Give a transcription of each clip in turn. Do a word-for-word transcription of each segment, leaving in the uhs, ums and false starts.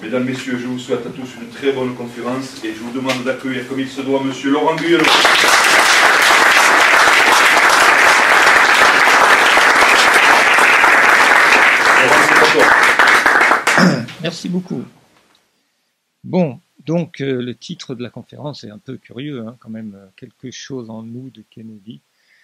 Mesdames, Messieurs, je vous souhaite à tous une très bonne conférence et je vous demande d'accueillir comme il se doit Monsieur Laurent Guyot. Merci beaucoup. Bon, donc euh, le titre de la conférence est un peu curieux, hein, quand même, euh, quelque chose en nous de Kennedy.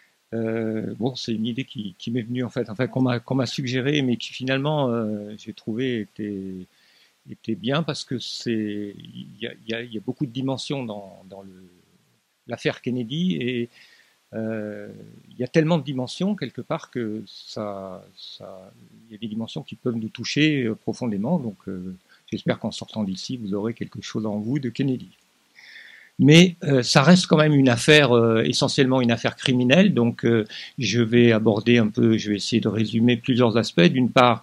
Euh, bon, c'est une idée qui, qui m'est venue en fait, enfin qu'on m'a qu'on m'a suggérée, mais qui finalement euh, j'ai trouvé était était bien parce que c'est il y a, y, a, y a beaucoup de dimensions dans dans le l'affaire Kennedy et euh, il y a tellement de dimensions quelque part que ça ça il y a des dimensions qui peuvent nous toucher euh, profondément. Donc euh, j'espère qu'en sortant d'ici vous aurez quelque chose en vous de Kennedy. Mais euh, ça reste quand même une affaire, euh, essentiellement une affaire criminelle, donc euh, je vais aborder un peu, je vais essayer de résumer plusieurs aspects. D'une part,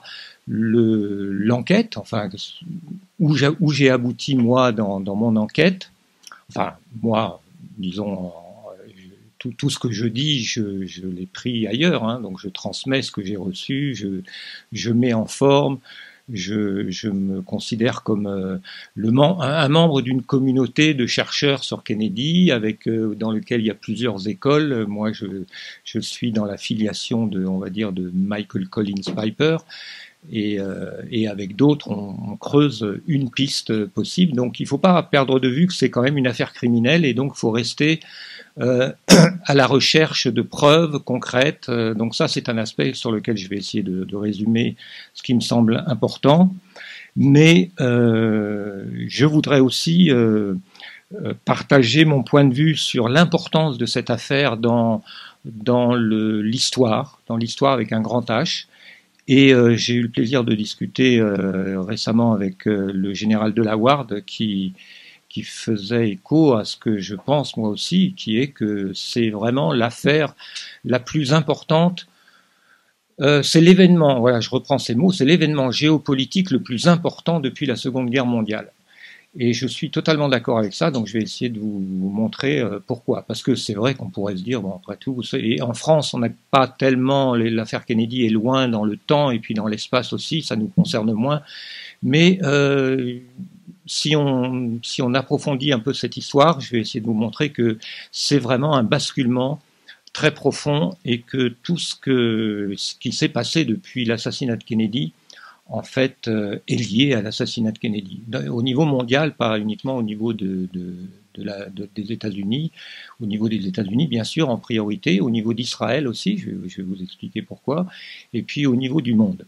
le, l'enquête, enfin, où j'ai, où j'ai abouti moi dans, dans mon enquête, enfin, moi, disons, tout, tout ce que je dis, je, je l'ai pris ailleurs, hein, donc je transmets ce que j'ai reçu, je, je mets en forme. Je, je me considère comme euh, le mem- un membre d'une communauté de chercheurs sur Kennedy, avec euh, dans lequel il y a plusieurs écoles. Moi, je, je suis dans la filiation de, on va dire, de Michael Collins Piper, et, euh, et avec d'autres, on, on creuse une piste possible. Donc, il ne faut pas perdre de vue que c'est quand même une affaire criminelle, et donc il faut rester Euh, à la recherche de preuves concrètes. Euh, donc ça, c'est un aspect sur lequel je vais essayer de, de résumer ce qui me semble important. Mais euh, je voudrais aussi euh, partager mon point de vue sur l'importance de cette affaire dans, dans le, l'histoire, dans l'histoire avec un grand H. Et euh, j'ai eu le plaisir de discuter euh, récemment avec euh, le général Delaware qui qui faisait écho à ce que je pense moi aussi, qui est que c'est vraiment l'affaire la plus importante, euh, c'est l'événement, voilà, je reprends ces mots, c'est l'événement géopolitique le plus important depuis la Seconde Guerre mondiale. Et je suis totalement d'accord avec ça, donc je vais essayer de vous, vous montrer euh, pourquoi. Parce que c'est vrai qu'on pourrait se dire, bon, après tout, et en France, on n'a pas tellement, l'affaire Kennedy est loin dans le temps et puis dans l'espace aussi, ça nous concerne moins, mais euh, Si on, si on approfondit un peu cette histoire, je vais essayer de vous montrer que c'est vraiment un basculement très profond et que tout ce, que, ce qui s'est passé depuis l'assassinat de Kennedy, en fait, euh, est lié à l'assassinat de Kennedy. Au niveau mondial, pas uniquement au niveau de, de, de la, de, des États-Unis, au niveau des États-Unis, bien sûr, en priorité, au niveau d'Israël aussi, je, je vais vous expliquer pourquoi, et puis au niveau du monde.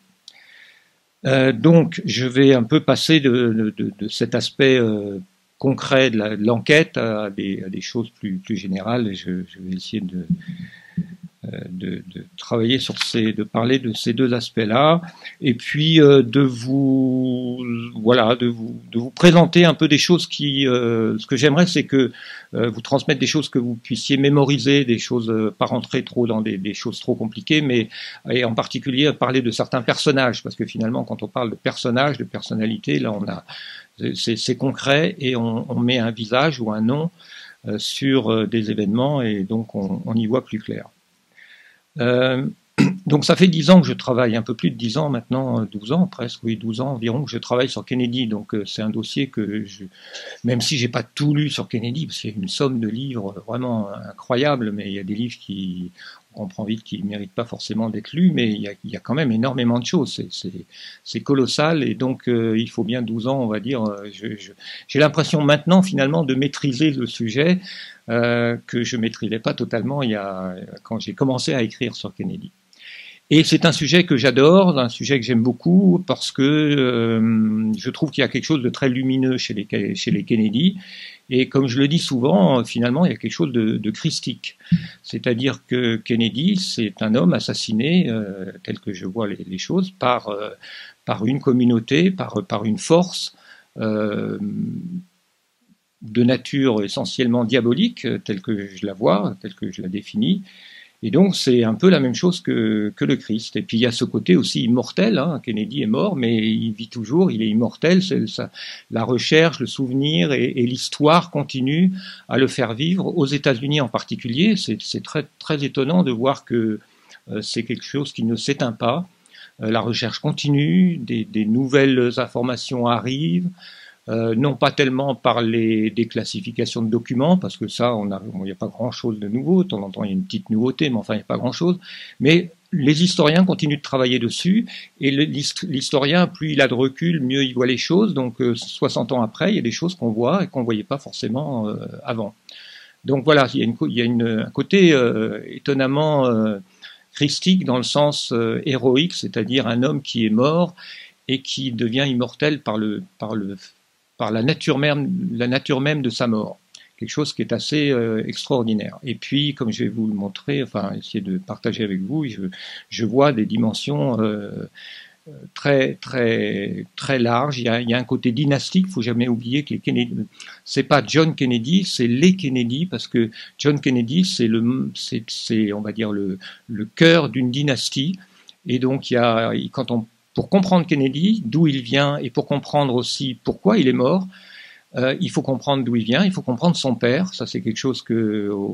Euh, donc, je vais un peu passer de, de, de cet aspect euh, concret de, la, de l'enquête à des, à des choses plus, plus générales. Et je, je vais essayer de, euh, de, de travailler sur ces, de parler de ces deux aspects-là, et puis euh, de vous, voilà, de vous, de vous présenter un peu des choses qui, euh, ce que j'aimerais, c'est que euh, vous transmettre des choses que vous puissiez mémoriser, des choses, euh, pas rentrer trop dans des, des choses trop compliquées, mais et en particulier parler de certains personnages, parce que finalement, quand on parle de personnages, de personnalités, là, on a, c'est, c'est concret et on, on met un visage ou un nom euh, sur euh, des événements et donc on, on y voit plus clair. Euh, donc ça fait dix ans que je travaille, un peu plus de dix ans maintenant, douze ans presque, oui, douze ans environ que je travaille sur Kennedy, donc euh, c'est un dossier que, je, même si j'ai pas tout lu sur Kennedy, parce qu'il y a une somme de livres vraiment incroyable, mais il y a des livres qui, on comprend vite qu'ils ne méritent pas forcément d'être lus, mais il y a, il y a quand même énormément de choses, c'est, c'est, c'est colossal, et donc euh, il faut bien douze ans, on va dire, je, je, j'ai l'impression maintenant finalement de maîtriser le sujet, euh, que je ne maîtrisais pas totalement il y a, quand j'ai commencé à écrire sur Kennedy. Et c'est un sujet que j'adore, un sujet que j'aime beaucoup, parce que euh, je trouve qu'il y a quelque chose de très lumineux chez les, chez les Kennedy, et comme je le dis souvent, finalement, il y a quelque chose de, de christique. C'est-à-dire que Kennedy, c'est un homme assassiné, euh, tel que je vois les, les choses, par, euh, par une communauté, par, par une force euh, de nature essentiellement diabolique, telle que je la vois, telle que je la définis. Et donc c'est un peu la même chose que, que le Christ. Et puis il y a ce côté aussi immortel, hein. Kennedy est mort, mais il vit toujours, il est immortel, c'est ça, la recherche, le souvenir et, et l'histoire continue à le faire vivre, aux États-Unis en particulier. C'est, c'est très, très étonnant de voir que euh, c'est quelque chose qui ne s'éteint pas. Euh, la recherche continue, des, des nouvelles informations arrivent, euh, non pas tellement par les déclassifications de documents, parce que ça, on a, il n'y a pas grand-chose de nouveau, de temps en temps il y a une petite nouveauté, mais enfin il n'y a pas grand-chose, mais les historiens continuent de travailler dessus, et l'historien, plus il a de recul, mieux il voit les choses, donc euh, soixante ans après, il y a des choses qu'on voit et qu'on ne voyait pas forcément euh, avant. Donc voilà, il y a, une, il y a une, un côté euh, étonnamment euh, christique dans le sens euh, héroïque, c'est-à-dire un homme qui est mort et qui devient immortel par, le, par, le, par la, nature même, la nature même de sa mort. Quelque chose qui est assez euh, extraordinaire. Et puis, comme je vais vous le montrer, enfin, essayer de partager avec vous, je, je vois des dimensions euh, très, très, très larges. Il y a, il y a un côté dynastique. Il ne faut jamais oublier que les Kennedy, c'est pas John Kennedy, c'est les Kennedy, parce que John Kennedy, c'est le, c'est, c'est, on va dire le, le cœur d'une dynastie. Et donc, il y a, quand on, pour comprendre Kennedy, d'où il vient, et pour comprendre aussi pourquoi il est mort. Euh, il faut comprendre d'où il vient, il faut comprendre son père. Ça, c'est quelque chose que euh,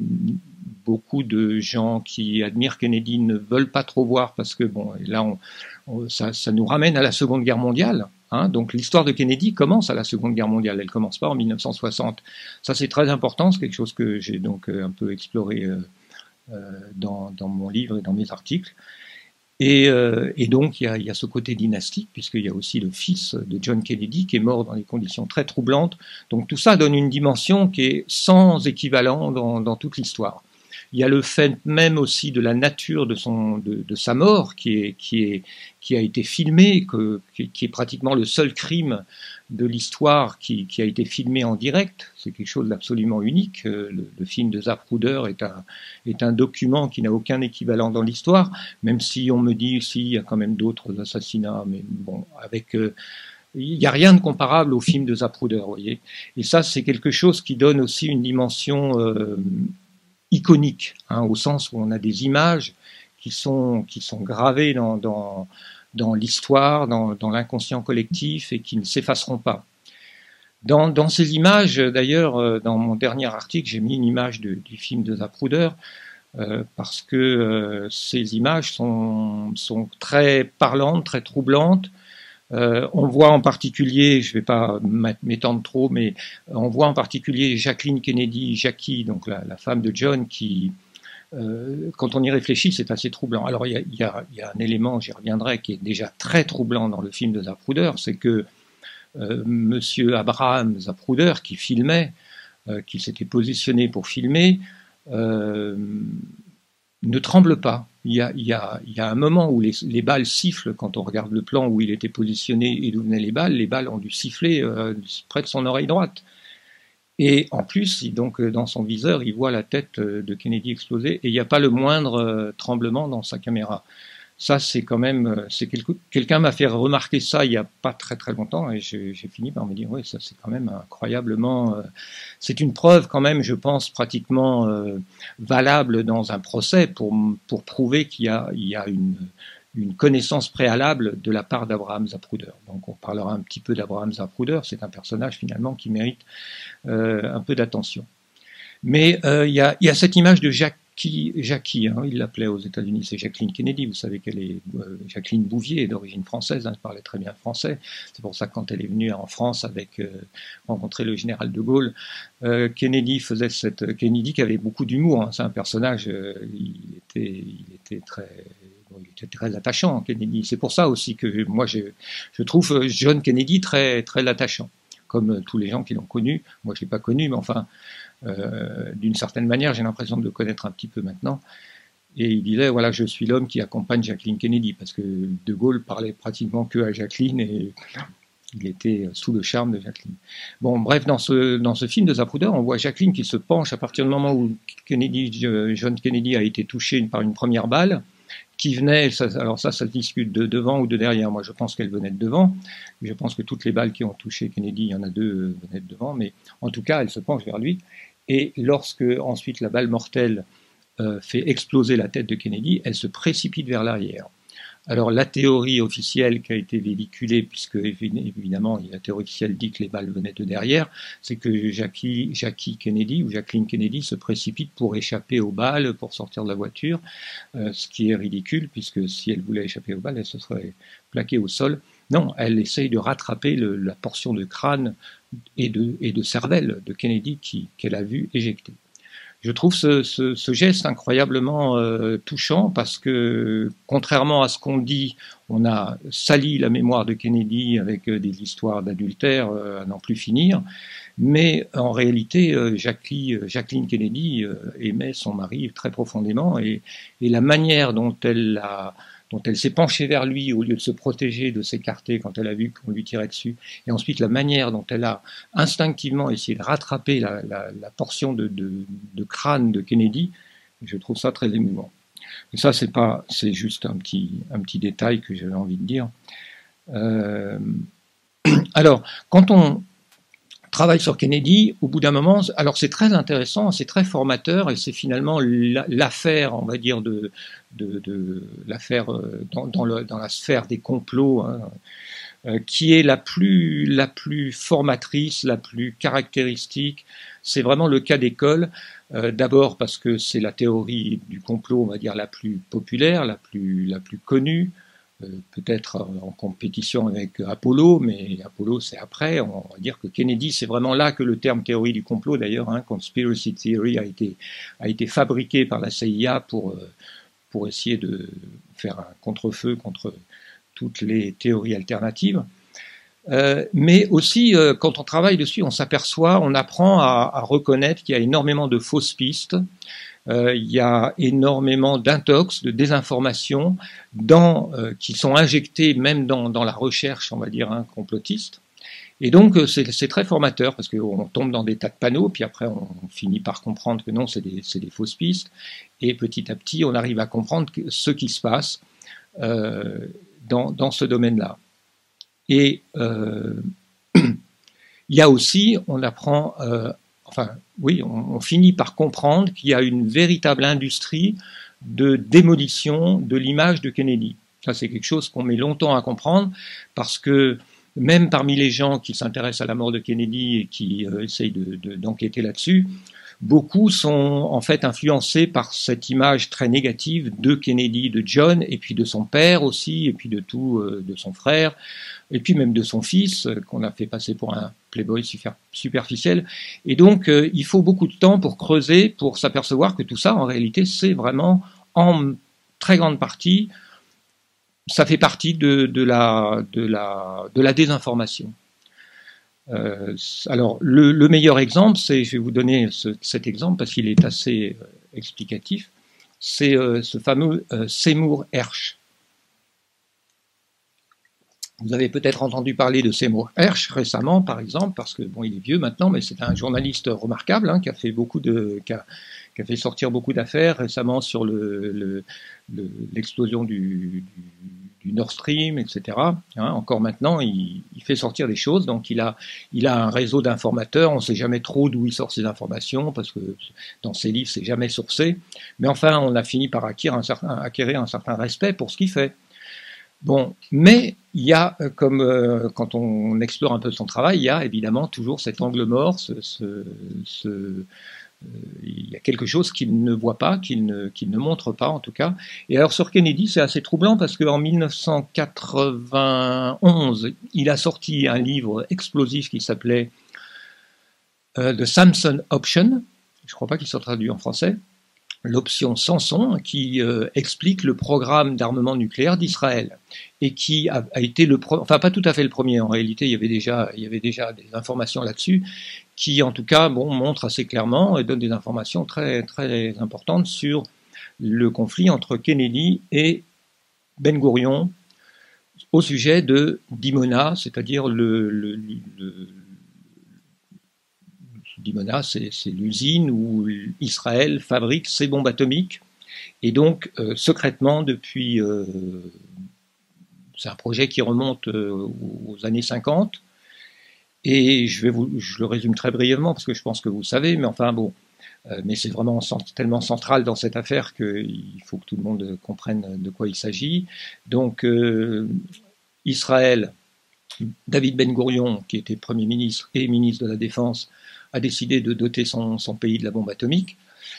beaucoup de gens qui admirent Kennedy ne veulent pas trop voir parce que, bon, là, on, on, ça, ça nous ramène à la Seconde Guerre mondiale. Hein. Donc, l'histoire de Kennedy commence à la Seconde Guerre mondiale. Elle commence pas en mille neuf cent soixante. Ça, c'est très important. C'est quelque chose que j'ai donc un peu exploré euh, euh, dans, dans mon livre et dans mes articles. Et, euh, et donc, il y, a, il y a ce côté dynastique, puisqu'il y a aussi le fils de John Kennedy qui est mort dans des conditions très troublantes. Donc, tout ça donne une dimension qui est sans équivalent dans, dans toute l'histoire. Il y a le fait même aussi de la nature de, son, de, de sa mort, qui, est, qui, est, qui a été filmé, que, qui est pratiquement le seul crime de l'histoire qui, qui a été filmé en direct. C'est quelque chose d'absolument unique. Le, le film de Zapruder est un, est un document qui n'a aucun équivalent dans l'histoire, même si on me dit, si, il y a quand même d'autres assassinats, mais bon, avec... Euh, il n'y a rien de comparable au film de Zapruder, vous voyez. Et ça, c'est quelque chose qui donne aussi une dimension euh, iconique, hein, au sens où on a des images qui sont, qui sont gravées dans... dans dans l'histoire, dans, dans l'inconscient collectif et qui ne s'effaceront pas. Dans, dans ces images, d'ailleurs, dans mon dernier article, j'ai mis une image de, du film de Zapruder euh, parce que euh, ces images sont, sont très parlantes, très troublantes. Euh, on voit en particulier, je ne vais pas m'étendre trop, mais on voit en particulier Jacqueline Kennedy, Jackie, donc la, la femme de John, qui Euh, quand on y réfléchit, c'est assez troublant. Alors, il y a, il y a, il y a un élément, j'y reviendrai, qui est déjà très troublant dans le film de Zapruder, c'est que euh, Monsieur Abraham Zapruder, qui filmait, euh, qui s'était positionné pour filmer, euh, ne tremble pas. Il y a, il y a, il y a un moment où les, les balles sifflent, quand on regarde le plan où il était positionné et d'où venaient les balles, les balles ont dû siffler euh, près de son oreille droite. Et en plus, donc, dans son viseur, il voit la tête de Kennedy exploser et il n'y a pas le moindre tremblement dans sa caméra. Ça, c'est quand même... c'est quelque, quelqu'un m'a fait remarquer ça il n'y a pas très très longtemps et j'ai, j'ai fini par me dire, oui, ça c'est quand même incroyablement... Euh, c'est une preuve quand même, je pense, pratiquement euh, valable dans un procès pour, pour prouver qu'il y a, il y a une... une connaissance préalable de la part d'Abraham Zapruder. Donc on parlera un petit peu d'Abraham Zapruder, c'est un personnage finalement qui mérite euh, un peu d'attention. Mais euh, il y, a, y a cette image de Jackie, Jackie hein, il l'appelait aux États-Unis, c'est Jacqueline Kennedy, vous savez qu'elle est euh, Jacqueline Bouvier, d'origine française, hein, elle parlait très bien français, c'est pour ça que quand elle est venue en France avec euh, rencontrer le général de Gaulle, euh, Kennedy faisait cette... Kennedy qui avait beaucoup d'humour, hein, c'est un personnage, euh, il, était, il était très... il était très attachant, Kennedy. C'est pour ça aussi que moi, je, je trouve John Kennedy très, très attachant, comme tous les gens qui l'ont connu. Moi, je ne l'ai pas connu, mais enfin, euh, d'une certaine manière, j'ai l'impression de le connaître un petit peu maintenant. Et il disait, voilà, je suis l'homme qui accompagne Jacqueline Kennedy, parce que De Gaulle parlait pratiquement que à Jacqueline et il était sous le charme de Jacqueline. Bon, bref, dans ce, dans ce film de Zapruder, on voit Jacqueline qui se penche à partir du moment où Kennedy, John Kennedy a été touché par une première balle, qui venait, ça, alors ça, ça se discute de devant ou de derrière. Moi, je pense qu'elle venait de devant. Je pense que toutes les balles qui ont touché Kennedy, il y en a deux, venaient de devant. Mais en tout cas, elle se penche vers lui. Et lorsque, ensuite, la balle mortelle euh, fait exploser la tête de Kennedy, elle se précipite vers l'arrière. Alors la théorie officielle qui a été véhiculée, puisque évidemment la théorie officielle dit que les balles venaient de derrière, c'est que Jackie, Jackie Kennedy ou Jacqueline Kennedy se précipite pour échapper aux balles, pour sortir de la voiture, euh, ce qui est ridicule, puisque si elle voulait échapper aux balles, elle se serait plaquée au sol. Non, elle essaye de rattraper le, la portion de crâne et de, et de cervelle de Kennedy qui, qu'elle a vu éjecter. Je trouve ce, ce, ce geste incroyablement euh, touchant parce que, contrairement à ce qu'on dit, on a sali la mémoire de Kennedy avec euh, des histoires d'adultère euh, à n'en plus finir, mais en réalité, euh, Jacqueline, Jacqueline Kennedy euh, aimait son mari très profondément et, et la manière dont elle l'a dont elle s'est penchée vers lui au lieu de se protéger, de s'écarter quand elle a vu qu'on lui tirait dessus, et ensuite la manière dont elle a instinctivement essayé de rattraper la, la, la portion de, de, de crâne de Kennedy, je trouve ça très émouvant. Et ça, c'est pas, c'est juste un petit, un petit détail que j'avais envie de dire. Euh, alors, quand on travaille sur Kennedy, au bout d'un moment, alors c'est très intéressant, c'est très formateur, et c'est finalement l'affaire, on va dire, de, de, de l'affaire dans, dans, le, dans la sphère des complots, hein, euh, qui est la plus, la plus formatrice, la plus caractéristique. C'est vraiment le cas d'école, euh, d'abord parce que c'est la théorie du complot, on va dire, la plus populaire, la plus, la plus connue, peut-être en compétition avec Apollo, mais Apollo c'est après. On va dire que Kennedy, c'est vraiment là que le terme théorie du complot, d'ailleurs, hein, conspiracy theory, a été, a été fabriqué par la C I A pour, pour essayer de faire un contre-feu contre toutes les théories alternatives. Euh, mais aussi, euh, quand on travaille dessus, on s'aperçoit, on apprend à, à reconnaître qu'il y a énormément de fausses pistes. Euh, il y a énormément d'intox, de désinformation dans, euh, qui sont injectées même dans, dans la recherche, on va dire, hein, complotiste. Et donc, c'est très formateur parce qu'on tombe dans des tas de panneaux, puis après, on finit par comprendre que non, c'est des, des fausses pistes. Et petit à petit, on arrive à comprendre ce qui se passe euh, dans, dans ce domaine-là. Et euh, il y a aussi, on apprend... Euh, Enfin, oui, on, on finit par comprendre qu'il y a une véritable industrie de démolition de l'image de Kennedy. Ça, c'est quelque chose qu'on met longtemps à comprendre parce que même parmi les gens qui s'intéressent à la mort de Kennedy et qui euh, essayent de, de, d'enquêter là-dessus, beaucoup sont en fait influencés par cette image très négative de Kennedy, de John, et puis de son père aussi, et puis de tout, euh, de son frère, et puis même de son fils, euh, qu'on a fait passer pour un playboy super, superficiel. Et donc, euh, il faut beaucoup de temps pour creuser, pour s'apercevoir que tout ça, en réalité, c'est vraiment, en très grande partie, ça fait partie de, de, la, de, la, de la désinformation. Euh, alors, le, le meilleur exemple, c'est, je vais vous donner ce, cet exemple parce qu'il est assez euh, explicatif, c'est euh, ce fameux euh, Seymour Hersh. Vous avez peut-être entendu parler de Seymour Hersh récemment, par exemple, parce que bon, il est vieux maintenant, mais c'est un journaliste remarquable hein, qui a fait beaucoup de, qui a, qui a fait sortir beaucoup d'affaires récemment sur le, le, le, l'explosion du, du, du Nord Stream, et cetera. Hein, encore maintenant, il, il fait sortir des choses. Donc, il a, il a un réseau d'informateurs. On ne sait jamais trop d'où il sort ces informations parce que dans ses livres, c'est jamais sourcé. Mais enfin, on a fini par acquérir un certain, acquérir un certain respect pour ce qu'il fait. Bon, mais il y a, comme euh, quand on explore un peu son travail, il y a évidemment toujours cet angle mort, ce, ce, ce, euh, il y a quelque chose qu'il ne voit pas, qu'il ne, qu'il ne montre pas en tout cas. Et alors sur Kennedy, c'est assez troublant parce qu'en mille neuf cent quatre-vingt-onze, il a sorti un livre explosif qui s'appelait euh, The Samson Option, je ne crois pas qu'il soit traduit en français, l'option Samson, qui euh, explique le programme d'armement nucléaire d'Israël et qui a, a été le pro- enfin pas tout à fait le premier en réalité, il y avait déjà il y avait déjà des informations là-dessus qui en tout cas bon montrent assez clairement et donnent des informations très très importantes sur le conflit entre Kennedy et Ben Gourion au sujet de Dimona, c'est-à-dire le, le, le Dimona, c'est l'usine où Israël fabrique ses bombes atomiques. Et donc, euh, secrètement, depuis... Euh, c'est un projet qui remonte euh, aux années cinquante. Et je, vais vous, je le résume très brièvement, parce que je pense que vous savez, mais enfin bon, Euh, mais c'est vraiment tellement central dans cette affaire qu'il faut que tout le monde comprenne de quoi il s'agit. Donc, euh, Israël, David Ben Gourion, qui était Premier ministre et ministre de la Défense, a décidé de doter son, son pays de la bombe atomique.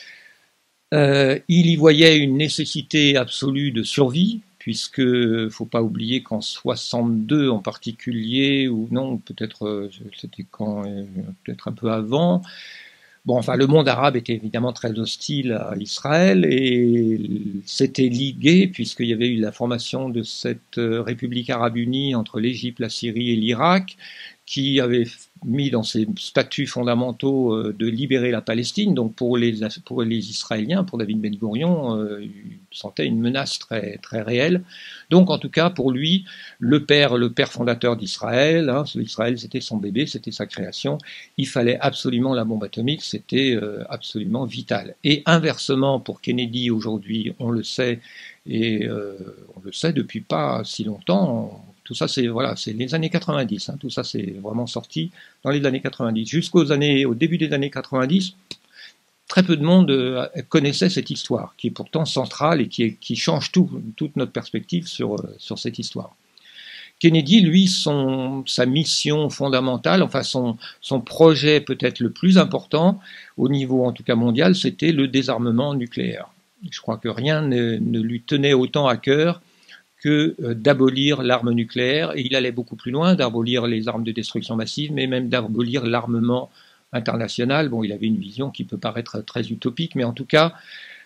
Euh, il y voyait une nécessité absolue de survie, puisque il ne faut pas oublier qu'en soixante-deux en particulier, ou non, peut-être c'était quand, peut-être un peu avant, bon, enfin, le monde arabe était évidemment très hostile à Israël et s'était ligué, puisqu'il y avait eu la formation de cette République arabe unie entre l'Égypte, la Syrie et l'Irak, qui avait mis dans ses statuts fondamentaux de libérer la Palestine. Donc pour les, pour les Israéliens, pour David Ben Gourion, euh, il sentait une menace très, très réelle. Donc en tout cas, pour lui, le père, le père fondateur d'Israël, hein, Israël c'était son bébé, c'était sa création, il fallait absolument la bombe atomique, c'était euh, absolument vital. Et inversement, pour Kennedy aujourd'hui, on le sait, et euh, on le sait depuis pas si longtemps, tout ça, c'est voilà, c'est les années quatre-vingt-dix. Hein, tout ça, c'est vraiment sorti dans les années quatre-vingt-dix. Jusqu'aux années, au début des années quatre-vingt-dix, très peu de monde euh, connaissait cette histoire, qui est pourtant centrale et qui, est, qui change tout, toute notre perspective sur euh, sur cette histoire. Kennedy, lui, son sa mission fondamentale, enfin son son projet peut-être le plus important au niveau, en tout cas mondial, c'était le désarmement nucléaire. Je crois que rien ne, ne lui tenait autant à cœur que d'abolir l'arme nucléaire, et il allait beaucoup plus loin, d'abolir les armes de destruction massive, mais même d'abolir l'armement international. Bon, il avait une vision qui peut paraître très utopique, mais en tout cas,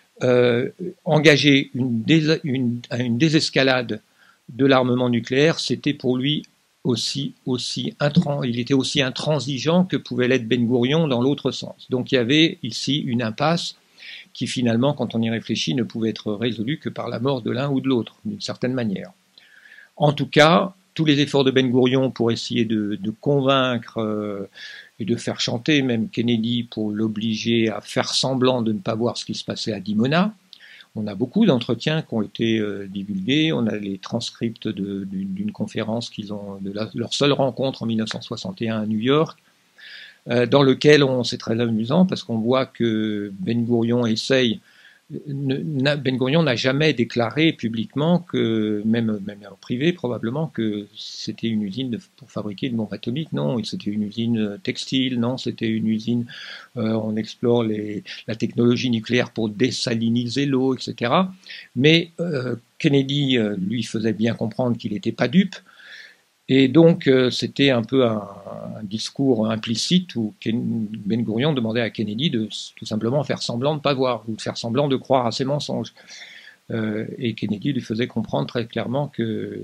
euh, engager une, dés une, une désescalade de l'armement nucléaire, c'était pour lui aussi, aussi il était aussi intransigeant que pouvait l'être Ben Gourion dans l'autre sens. Donc il y avait ici une impasse qui finalement, quand on y réfléchit, ne pouvait être résolu que par la mort de l'un ou de l'autre, d'une certaine manière. En tout cas, tous les efforts de Ben Gourion pour essayer de, de convaincre euh, et de faire chanter même Kennedy pour l'obliger à faire semblant de ne pas voir ce qui se passait à Dimona. On a beaucoup d'entretiens qui ont été euh, divulgués, on a les transcripts d'une conférence qu'ils ont, de la, leur seule rencontre en mille neuf cent soixante et un à New York, dans lequel on c'est très amusant parce qu'on voit que Ben Gourion essaye, Ben Gourion n'a jamais déclaré publiquement que, même, même en privé probablement, que c'était une usine de, pour fabriquer une bombe atomique. Non, c'était une usine textile, non, c'était une usine, euh, on explore les, la technologie nucléaire pour désaliniser l'eau, et cetera. Mais euh, Kennedy euh, lui faisait bien comprendre qu'il n'était pas dupe. Et donc, euh, c'était un peu un, un discours implicite où Ken, Ben Gourion demandait à Kennedy de tout simplement faire semblant de ne pas voir, ou de faire semblant de croire à ses mensonges. Euh, et Kennedy lui faisait comprendre très clairement que,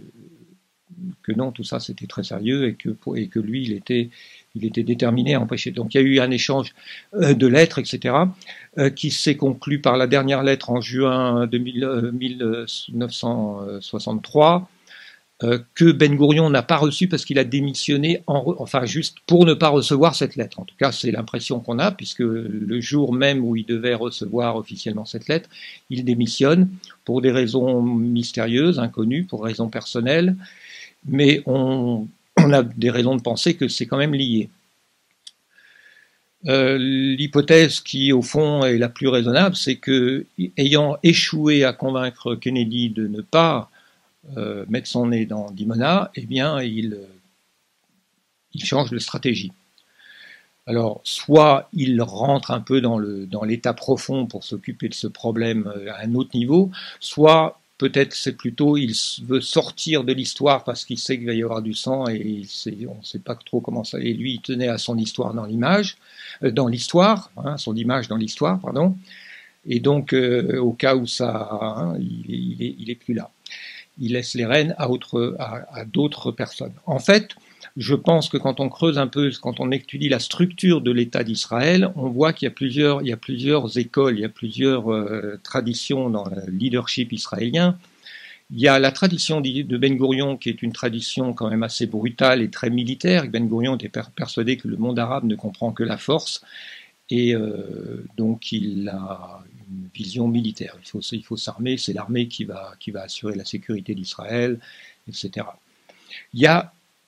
que non, tout ça c'était très sérieux et que, et que lui, il était, il était déterminé à empêcher. Donc, il y a eu un échange euh, de lettres, et cetera, euh, qui s'est conclu par la dernière lettre en juin de mille neuf cent soixante-trois, Euh, que Ben Gourion n'a pas reçu parce qu'il a démissionné, en, enfin juste pour ne pas recevoir cette lettre. En tout cas, c'est l'impression qu'on a, puisque le jour même où il devait recevoir officiellement cette lettre, il démissionne pour des raisons mystérieuses, inconnues, pour raisons personnelles, mais on, on a des raisons de penser que c'est quand même lié. Euh, l'hypothèse qui, au fond, est la plus raisonnable, c'est que, ayant échoué à convaincre Kennedy de ne pas Euh, mettre son nez dans Dimona, eh bien, il, il change de stratégie. Alors, soit il rentre un peu dans le dans l'état profond pour s'occuper de ce problème à un autre niveau, soit peut-être c'est plutôt il veut sortir de l'histoire parce qu'il sait qu'il va y avoir du sang et il sait, on ne sait pas trop comment ça. Et lui, il tenait à son histoire dans l'image, euh, dans l'histoire, hein, son image dans l'histoire, pardon. Et donc, euh, au cas où ça, hein, il, il, est, il est plus là. Il laisse les rênes à, autre, à, à d'autres personnes. En fait, je pense que quand on creuse un peu, quand on étudie la structure de l'État d'Israël, on voit qu'il y a plusieurs, il y a plusieurs écoles, il y a plusieurs euh, traditions dans le leadership israélien. Il y a la tradition de Ben Gourion, qui est une tradition quand même assez brutale et très militaire. Ben Gourion était persuadé que le monde arabe ne comprend que la force, et euh, donc il a une vision militaire. Il faut, il faut s'armer, c'est l'armée qui va, qui va assurer la sécurité d'Israël, et cetera. Il y a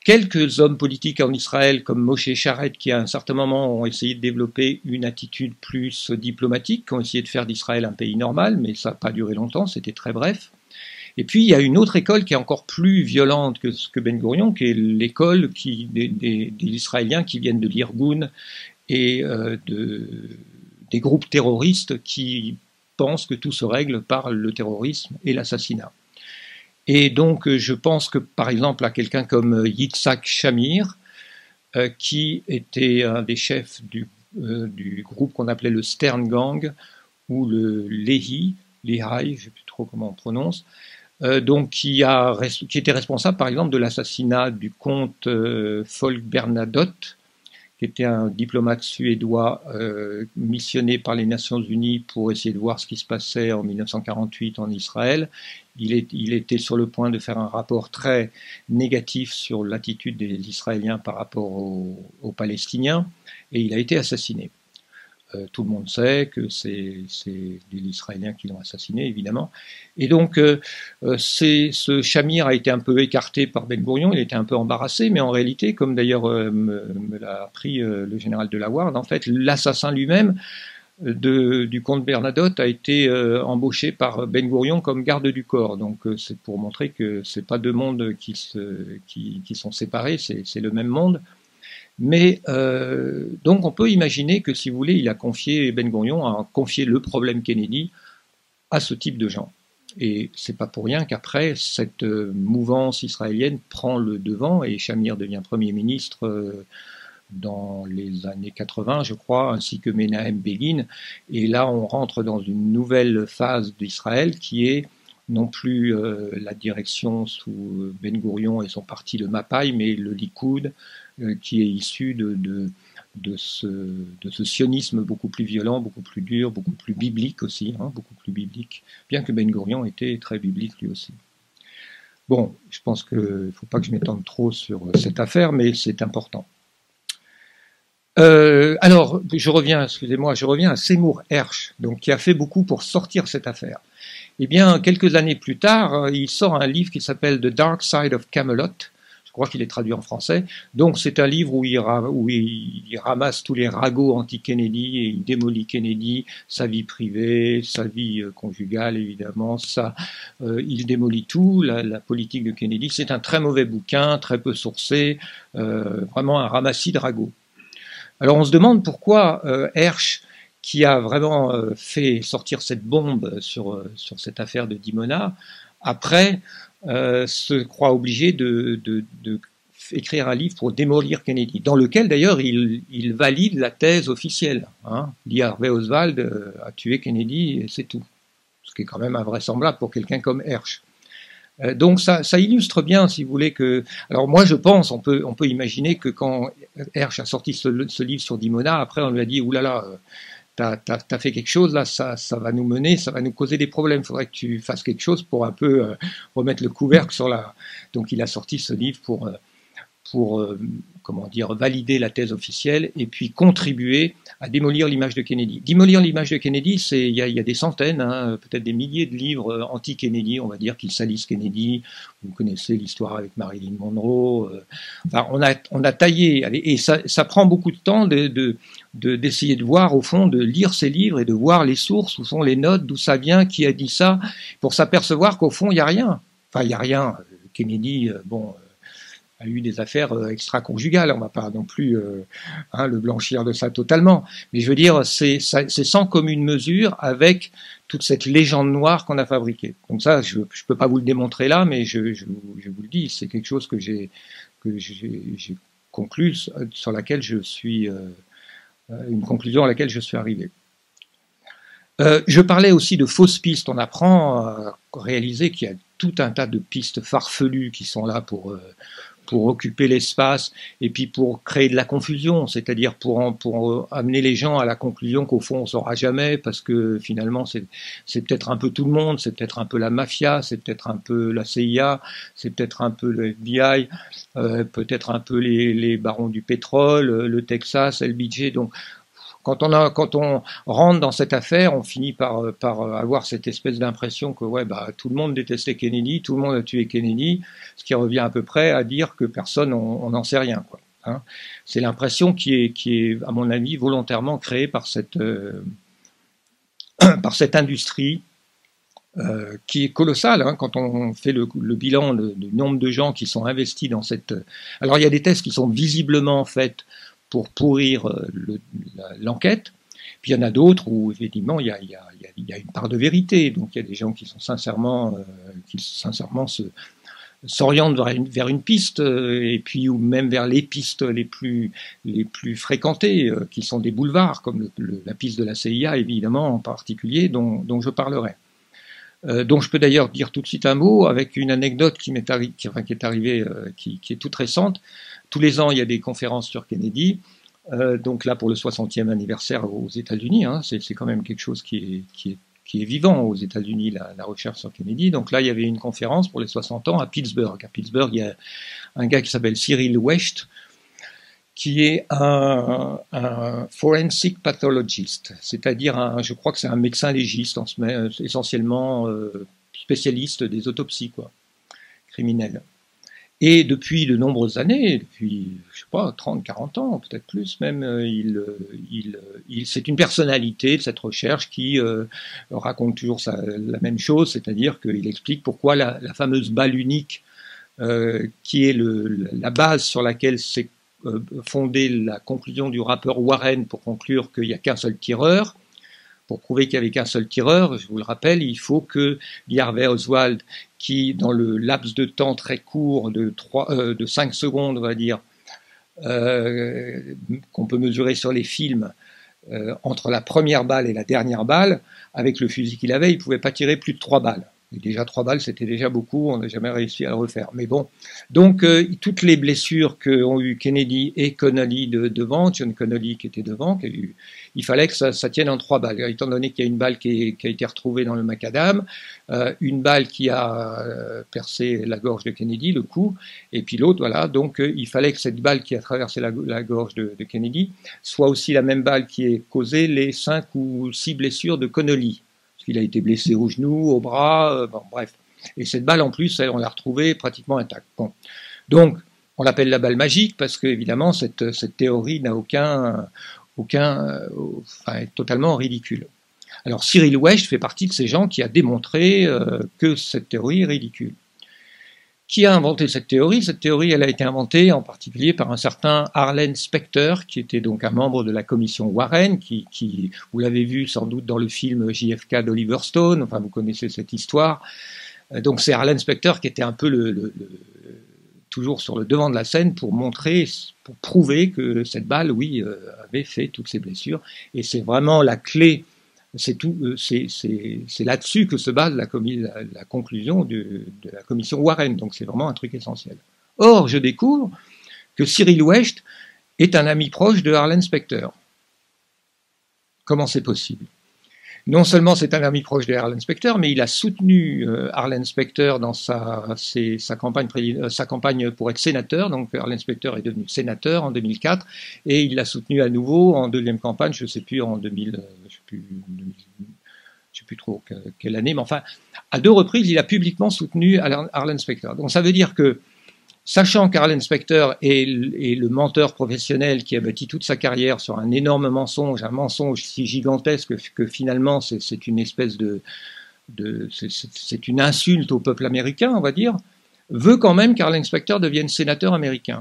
quelques hommes politiques en Israël, comme Moshe Sharet, qui à un certain moment ont essayé de développer une attitude plus diplomatique, qui ont essayé de faire d'Israël un pays normal, mais ça n'a pas duré longtemps, c'était très bref. Et puis il y a une autre école qui est encore plus violente que, que Ben Gurion, qui est l'école qui, des, des, des Israéliens qui viennent de l'Irgun et euh, de, des groupes terroristes qui pensent que tout se règle par le terrorisme et l'assassinat. Et donc je pense que par exemple à quelqu'un comme Yitzhak Shamir, euh, qui était un des chefs du, euh, du groupe qu'on appelait le Stern Gang, ou le Lehi, Lehi, je ne sais plus trop comment on prononce, Euh, donc qui, a, qui était responsable par exemple de l'assassinat du comte euh, Folke Bernadotte, qui était un diplomate suédois euh, missionné par les Nations Unies pour essayer de voir ce qui se passait en mille neuf cent quarante-huit en Israël. Il, est, il était sur le point de faire un rapport très négatif sur l'attitude des Israéliens par rapport aux, aux Palestiniens, et il a été assassiné. Euh, tout le monde sait que c'est des Israéliens qui l'ont assassiné, évidemment. Et donc, euh, ce Shamir a été un peu écarté par Ben Gurion, il était un peu embarrassé, mais en réalité, comme d'ailleurs euh, me, me l'a appris euh, le général de la Ward, en fait, l'assassin lui-même du comte Bernadotte a été euh, embauché par Ben Gurion comme garde du corps. Donc, euh, c'est pour montrer que c'est pas deux mondes qui, se, qui, qui sont séparés, c'est le même monde. Mais euh, donc on peut imaginer que, si vous voulez, il a confié, Ben Gurion a confié le problème Kennedy à ce type de gens. Et c'est pas pour rien qu'après, cette euh, mouvance israélienne prend le devant et Shamir devient Premier ministre euh, dans les années quatre-vingts, je crois, ainsi que Menahem Begin. Et là, on rentre dans une nouvelle phase d'Israël qui est non plus euh, la direction sous Ben Gurion et son parti, le Mapai, mais le Likoud, euh, qui est issu de, de, de, ce, de ce sionisme beaucoup plus violent, beaucoup plus dur, beaucoup plus biblique aussi, hein, beaucoup plus biblique, bien que Ben Gurion était très biblique lui aussi. Bon, je pense qu'il ne faut pas que je m'étende trop sur cette affaire, mais c'est important. Euh, alors, je reviens, excusez-moi, je reviens à Seymour Hersh, donc, qui a fait beaucoup pour sortir cette affaire. Eh bien, quelques années plus tard, il sort un livre qui s'appelle The Dark Side of Camelot. Je crois qu'il est traduit en français. Donc, c'est un livre où il, où il ramasse tous les ragots anti-Kennedy et il démolit Kennedy, sa vie privée, sa vie conjugale, évidemment. Ça, euh, il démolit tout, la, la politique de Kennedy. C'est un très mauvais bouquin, très peu sourcé, euh, vraiment un ramassis de ragots. Alors, on se demande pourquoi euh, Hersh, qui a vraiment euh, fait sortir cette bombe sur, euh, sur cette affaire de Dimona, après euh, se croit obligé de, de, de écrire un livre pour démolir Kennedy, dans lequel d'ailleurs il, il valide la thèse officielle. Hein. Lee Harvey Oswald euh, a tué Kennedy et c'est tout. Ce qui est quand même invraisemblable pour quelqu'un comme Hersh. Euh, donc ça, ça illustre bien, si vous voulez, que... Alors moi je pense, on peut, on peut imaginer que quand Hersh a sorti ce, ce livre sur Dimona, après on lui a dit « oulala, euh, T'as, t'as, t'as fait quelque chose, là, ça, ça va nous mener, ça va nous causer des problèmes. Il faudrait que tu fasses quelque chose pour un peu euh, remettre le couvercle sur la... » Donc il a sorti ce livre pour, euh, pour euh, comment dire, valider la thèse officielle et puis contribuer à démolir l'image de Kennedy. Démolir l'image de Kennedy, c'est, il y a, y a des centaines, hein, peut-être des milliers de livres anti-Kennedy, on va dire, qui salissent Kennedy. Vous connaissez l'histoire avec Marilyn Monroe. Euh, enfin, on a, on a taillé, et ça, ça prend beaucoup de temps de, de, de, d'essayer de voir, au fond, de lire ces livres et de voir les sources, où sont les notes, d'où ça vient, qui a dit ça, pour s'apercevoir qu'au fond, il n'y a rien. Enfin, il n'y a rien. Kennedy, bon... a eu des affaires extra-conjugales, on ne va pas non plus euh, hein, le blanchir de ça totalement, mais je veux dire, c'est sans commune mesure avec toute cette légende noire qu'on a fabriquée. Donc ça, je ne peux pas vous le démontrer là, mais je, je, je vous le dis, c'est quelque chose que j'ai que j'ai conclu, sur laquelle je suis, euh, une conclusion à laquelle je suis arrivé. Euh, je parlais aussi de fausses pistes, on apprend à réaliser qu'il y a tout un tas de pistes farfelues qui sont là pour... Euh, pour occuper l'espace et puis pour créer de la confusion, c'est-à-dire pour, pour amener les gens à la conclusion qu'au fond on ne saura jamais parce que finalement c'est peut-être un peu tout le monde, c'est peut-être un peu la mafia, c'est peut-être un peu la C I A, c'est peut-être un peu le F B I, euh, peut-être un peu les, les barons du pétrole, le Texas, L B J, donc quand on a, quand on rentre dans cette affaire, on finit par, par avoir cette espèce d'impression que ouais, bah, tout le monde détestait Kennedy, tout le monde a tué Kennedy, ce qui revient à peu près à dire que personne, on n'en sait rien, quoi. Hein. C'est l'impression qui est, qui est, à mon avis, volontairement créée par cette, euh, par cette industrie euh, qui est colossale. Hein, quand on fait le, le bilan du nombre de gens qui sont investis dans cette... Alors, il y a des tests qui sont visiblement faits pour pourrir l'enquête. Puis il y en a d'autres où effectivement il y a, il y a, il y a une part de vérité. Donc il y a des gens qui sont sincèrement, euh, qui sincèrement se, s'orientent vers une, vers une piste, euh, et puis ou même vers les pistes les plus, les plus fréquentées, euh, qui sont des boulevards, comme le, le, la piste de la C I A évidemment en particulier, dont, dont je parlerai. Euh, dont je peux d'ailleurs dire tout de suite un mot avec une anecdote qui m'est arri- qui, enfin, qui est arrivée, euh, qui, qui est toute récente. Tous les ans, il y a des conférences sur Kennedy. Euh, donc là, pour le soixantième anniversaire aux États-Unis, hein, c'est, c'est quand même quelque chose qui est, qui est, qui est vivant aux États-Unis, la, la recherche sur Kennedy. Donc là, il y avait une conférence pour les soixante ans à Pittsburgh. À Pittsburgh, il y a un gars qui s'appelle Cyril Wecht, qui est un, un forensic pathologist, c'est-à-dire, un, je crois que c'est un médecin légiste, essentiellement euh, spécialiste des autopsies, quoi, criminelles. Et depuis de nombreuses années, depuis, je sais pas, trente, quarante ans, peut-être plus même, il, il, il, c'est une personnalité de cette recherche qui euh, raconte toujours sa, la même chose, c'est-à-dire qu'il explique pourquoi la, la fameuse balle unique, euh, qui est le, la base sur laquelle s'est euh, fondée la conclusion du rapport Warren pour conclure qu'il n'y a qu'un seul tireur. Pour prouver qu'il n'y avait qu'un seul tireur, je vous le rappelle, il faut que Lee Harvey Oswald, qui, dans le laps de temps très court de, trois, euh, de cinq secondes, on va dire, euh, qu'on peut mesurer sur les films, euh, entre la première balle et la dernière balle, avec le fusil qu'il avait, il ne pouvait pas tirer plus de trois balles. Et déjà trois balles, c'était déjà beaucoup, on n'a jamais réussi à le refaire. Mais bon, donc euh, toutes les blessures qu'ont eu Kennedy et Connolly de, devant, John Connolly qui était devant, qui a eu, il fallait que ça, ça tienne en trois balles. Étant donné qu'il y a une balle qui, est, qui a été retrouvée dans le macadam, euh, une balle qui a euh, percé la gorge de Kennedy, le cou, et puis l'autre, voilà. Donc euh, il fallait que cette balle qui a traversé la, la gorge de, de Kennedy soit aussi la même balle qui ait causé les cinq ou six blessures de Connolly. Il a été blessé au genou, au bras, euh, bon, bref. Et cette balle, en plus, elle, on l'a retrouvée pratiquement intacte. Bon. Donc, on l'appelle la balle magique parce que, évidemment, cette, cette théorie n'a aucun, aucun, euh, enfin, est totalement ridicule. Alors, Cyril Wecht fait partie de ces gens qui a démontré euh, que cette théorie est ridicule. Qui a inventé cette théorie? Cette théorie, elle a été inventée en particulier par un certain Arlen Specter, qui était donc un membre de la commission Warren, qui, qui vous l'avez vu sans doute dans le film J F K d'Oliver Stone, enfin vous connaissez cette histoire. Donc c'est Arlen Specter qui était un peu le, le, le, toujours sur le devant de la scène pour montrer, pour prouver que cette balle, oui, euh, avait fait toutes ces blessures. Et c'est vraiment la clé. C'est, tout, c'est, c'est, c'est là-dessus que se base la, la, la conclusion de, de la commission Warren. Donc c'est vraiment un truc essentiel. Or, je découvre que Cyril Wecht est un ami proche de Arlen Specter. Comment c'est possible? Non seulement c'est un ami proche de Arlen Specter, mais il a soutenu euh, Arlen Specter dans sa, ses, sa, campagne, euh, sa campagne pour être sénateur. Donc Arlen Specter est devenu sénateur en deux mille quatre et il l'a soutenu à nouveau en deuxième campagne, je ne sais plus en deux mille, je sais plus, deux mille, je sais plus trop quelle année, mais enfin à deux reprises il a publiquement soutenu Arlen Specter. Donc ça veut dire que, sachant qu'Arlen Specter est le menteur professionnel qui a bâti toute sa carrière sur un énorme mensonge, un mensonge si gigantesque que finalement c'est, c'est une espèce de, de c'est, c'est une insulte au peuple américain, on va dire, veut quand même qu'Arlen Specter devienne sénateur américain.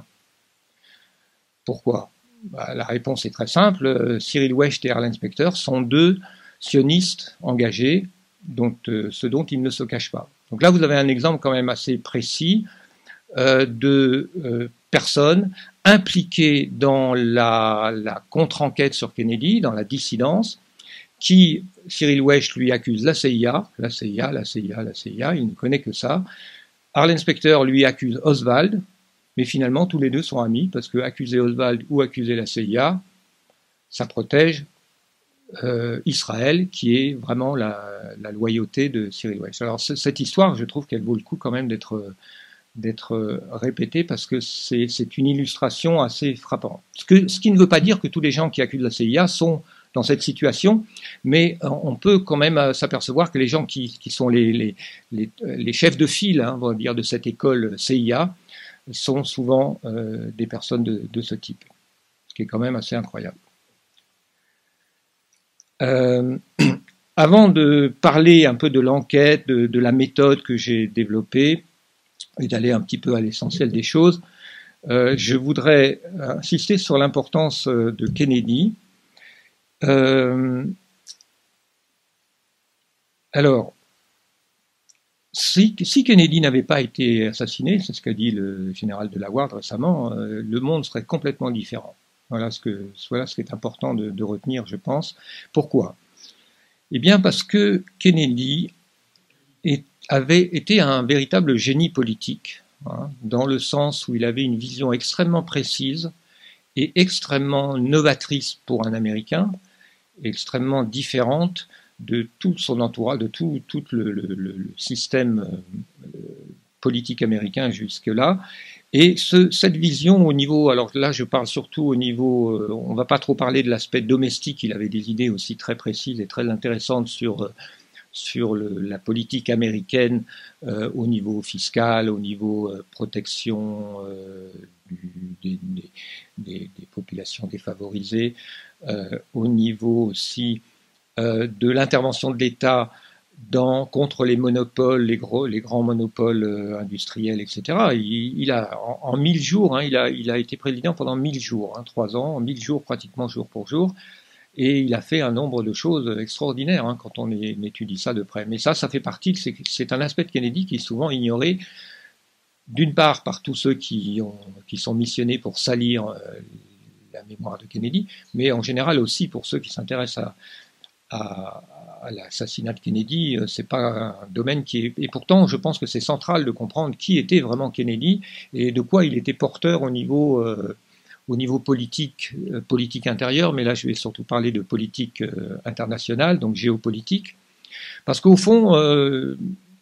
Pourquoi? Bah, la réponse est très simple. Cyril Wecht et Arlen Specter sont deux sionistes engagés, dont, euh, ce dont ils ne se cachent pas. Donc là, vous avez un exemple quand même assez précis Euh, de euh, personnes impliquées dans la, la contre-enquête sur Kennedy, dans la dissidence, qui, Cyril Wecht lui accuse la C I A, la C I A, la C I A, la C I A, il ne connaît que ça. Arlen Specter lui accuse Oswald, mais finalement tous les deux sont amis, parce que accuser Oswald ou accuser la C I A, ça protège euh, Israël, qui est vraiment la, la loyauté de Cyril Wecht. Alors cette histoire, je trouve qu'elle vaut le coup quand même d'être d'être répété parce que c'est, c'est une illustration assez frappante. Ce, que, ce qui ne veut pas dire que tous les gens qui accusent la C I A sont dans cette situation, mais on peut quand même s'apercevoir que les gens qui, qui sont les, les, les, les chefs de file, hein, on va dire, de cette école C I A, sont souvent euh, des personnes de, de ce type, ce qui est quand même assez incroyable. Euh, avant de parler un peu de l'enquête, de, de la méthode que j'ai développée, et d'aller un petit peu à l'essentiel des choses, euh, je voudrais insister sur l'importance de Kennedy. Euh, alors, si, si Kennedy n'avait pas été assassiné, c'est ce qu'a dit le général de la Garde récemment, euh, le monde serait complètement différent. Voilà ce, que, voilà ce qui est important de, de retenir, je pense. Pourquoi ? Eh bien parce que Kennedy est, avait été un véritable génie politique, hein, dans le sens où il avait une vision extrêmement précise et extrêmement novatrice pour un Américain, extrêmement différente de tout son entourage, de tout, tout le, le, le système euh, politique américain jusque-là. Et ce, cette vision au niveau, alors là je parle surtout au niveau, euh, on ne va pas trop parler de l'aspect domestique, il avait des idées aussi très précises et très intéressantes sur, euh, sur le, la politique américaine euh, au niveau fiscal, au niveau euh, protection euh, du, des, des, des populations défavorisées, euh, au niveau aussi euh, de l'intervention de l'État Dans, contre les monopoles, les, gros, les grands monopoles euh, industriels, et cetera. Il, il a, en, en mille jours, hein, il, a, il a été président pendant mille jours, hein, trois ans, en mille jours pratiquement jour pour jour, et il a fait un nombre de choses extraordinaires hein, quand on est, étudie ça de près. Mais ça, ça fait partie, c'est, c'est un aspect de Kennedy qui est souvent ignoré, d'une part par tous ceux qui, ont, qui sont missionnés pour salir euh, la mémoire de Kennedy, mais en général aussi pour ceux qui s'intéressent à À, à l'assassinat de Kennedy, c'est pas un domaine qui est... Et pourtant, je pense que c'est central de comprendre qui était vraiment Kennedy et de quoi il était porteur au niveau, euh, au niveau politique, euh, politique intérieure, mais là je vais surtout parler de politique euh, internationale, donc géopolitique. Parce qu'au fond, euh,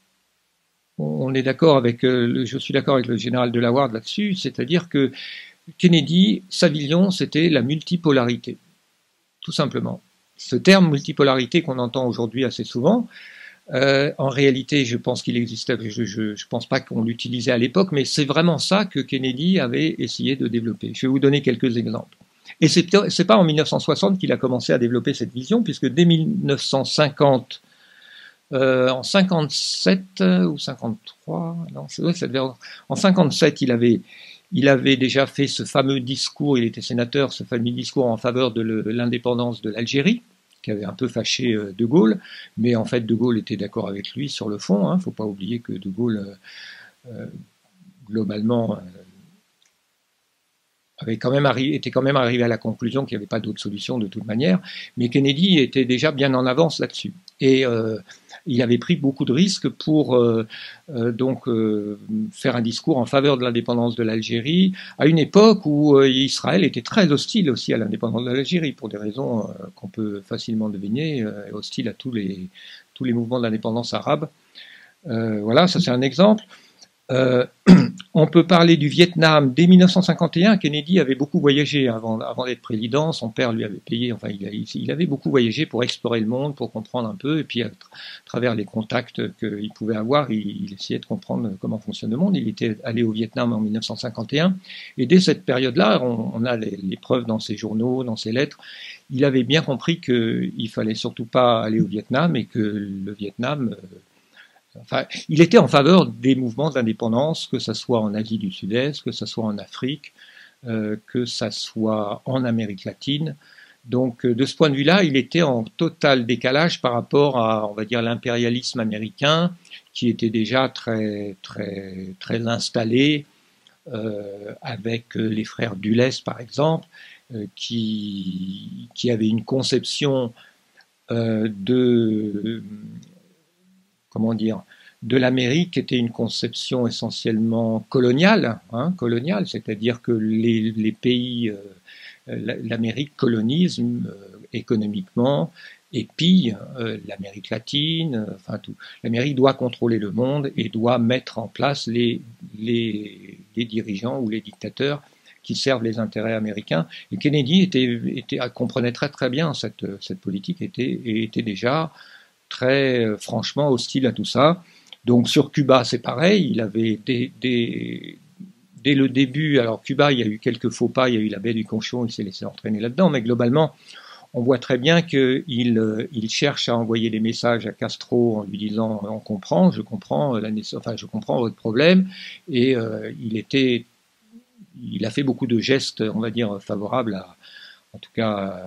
on est d'accord avec, euh, le, je suis d'accord avec le général de la Garde là-dessus, c'est-à-dire que Kennedy, sa vision, c'était la multipolarité, tout simplement. Ce terme multipolarité qu'on entend aujourd'hui assez souvent, euh, en réalité, je pense qu'il existait, je ne pense pas qu'on l'utilisait à l'époque, mais c'est vraiment ça que Kennedy avait essayé de développer. Je vais vous donner quelques exemples. Et c'est, c'est pas en mille neuf cent soixante qu'il a commencé à développer cette vision, puisque dès mille neuf cent cinquante, euh, en cinquante-sept ou cinquante-trois, non, c'est vrai, ça devait, en cinquante-sept, il avait Il avait déjà fait ce fameux discours, il était sénateur, ce fameux discours en faveur de l'indépendance de l'Algérie, qui avait un peu fâché De Gaulle, mais en fait De Gaulle était d'accord avec lui sur le fond. Il hein, ne faut pas oublier que De Gaulle, euh, globalement, euh, avait quand même arri- était quand même arrivé à la conclusion qu'il n'y avait pas d'autre solution de toute manière, mais Kennedy était déjà bien en avance là-dessus. Et euh, il avait pris beaucoup de risques pour euh, euh, donc euh, faire un discours en faveur de l'indépendance de l'Algérie à une époque où euh, Israël était très hostile aussi à l'indépendance de l'Algérie pour des raisons euh, qu'on peut facilement deviner, euh, hostile à tous les tous les mouvements de l'indépendance arabe. Euh, voilà, ça c'est un exemple. Euh, on peut parler du Vietnam. Dès mille neuf cent cinquante et un, Kennedy avait beaucoup voyagé avant, avant d'être président. Son père lui avait payé, enfin, il, a, il avait beaucoup voyagé pour explorer le monde, pour comprendre un peu, et puis à, à travers les contacts qu'il pouvait avoir, il, il essayait de comprendre comment fonctionne le monde. Il était allé au Vietnam en mille neuf cent cinquante et un, et dès cette période-là, on, on a les, les preuves dans ses journaux, dans ses lettres. Il avait bien compris qu'il fallait surtout pas aller au Vietnam et que le Vietnam euh, Enfin, il était en faveur des mouvements d'indépendance, que ce soit en Asie du Sud-Est, que ce soit en Afrique, euh, que ce soit en Amérique latine. Donc, de ce point de vue-là, il était en total décalage par rapport à, on va dire, l'impérialisme américain, qui était déjà très, très, très installé, euh, avec les frères Dulles, par exemple, euh, qui, qui avaient une conception euh, de comment dire, de l'Amérique était une conception essentiellement coloniale, hein, coloniale, c'est-à-dire que les, les pays, euh, l'Amérique colonise euh, économiquement et pille euh, l'Amérique latine, euh, enfin tout. L'Amérique doit contrôler le monde et doit mettre en place les, les, les dirigeants ou les dictateurs qui servent les intérêts américains. Et Kennedy était, était, comprenait très très bien cette, cette politique était, et était déjà très euh, franchement hostile à tout ça. Donc sur Cuba, c'est pareil, il avait des, des, dès le début, alors Cuba, il y a eu quelques faux pas, il y a eu la baie du Conchon, il s'est laissé entraîner là-dedans, mais globalement, on voit très bien qu'il euh, il cherche à envoyer des messages à Castro en lui disant on comprend, je comprends la enfin je comprends votre problème, et euh, il était, il a fait beaucoup de gestes, on va dire favorables à, en tout cas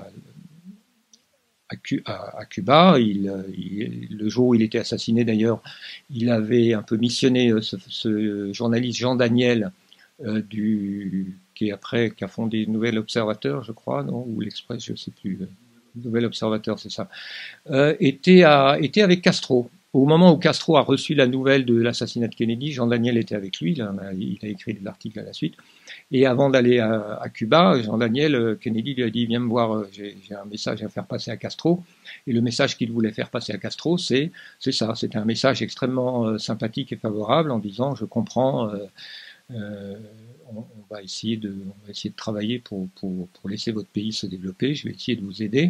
à, à, à Cuba. Il, il, le jour où il était assassiné d'ailleurs, il avait un peu missionné ce, ce journaliste Jean Daniel euh, du qui est après, qui a fondé Nouvel Observateur, je crois, non, ou l'Express, je ne sais plus. Nouvel Observateur, c'est ça. Euh, était, à, était avec Castro. Au moment où Castro a reçu la nouvelle de l'assassinat de Kennedy, Jean Daniel était avec lui. Il a, il a écrit l'article à la suite. Et avant d'aller à, à Cuba, Jean Daniel, Kennedy lui a dit viens me voir, j'ai, j'ai un message à faire passer à Castro. Et le message qu'il voulait faire passer à Castro, c'est, c'est ça. C'était un message extrêmement euh, sympathique et favorable en disant je comprends. Euh, Euh, on, on, va essayer de, on va essayer de travailler pour, pour, pour laisser votre pays se développer, je vais essayer de vous aider.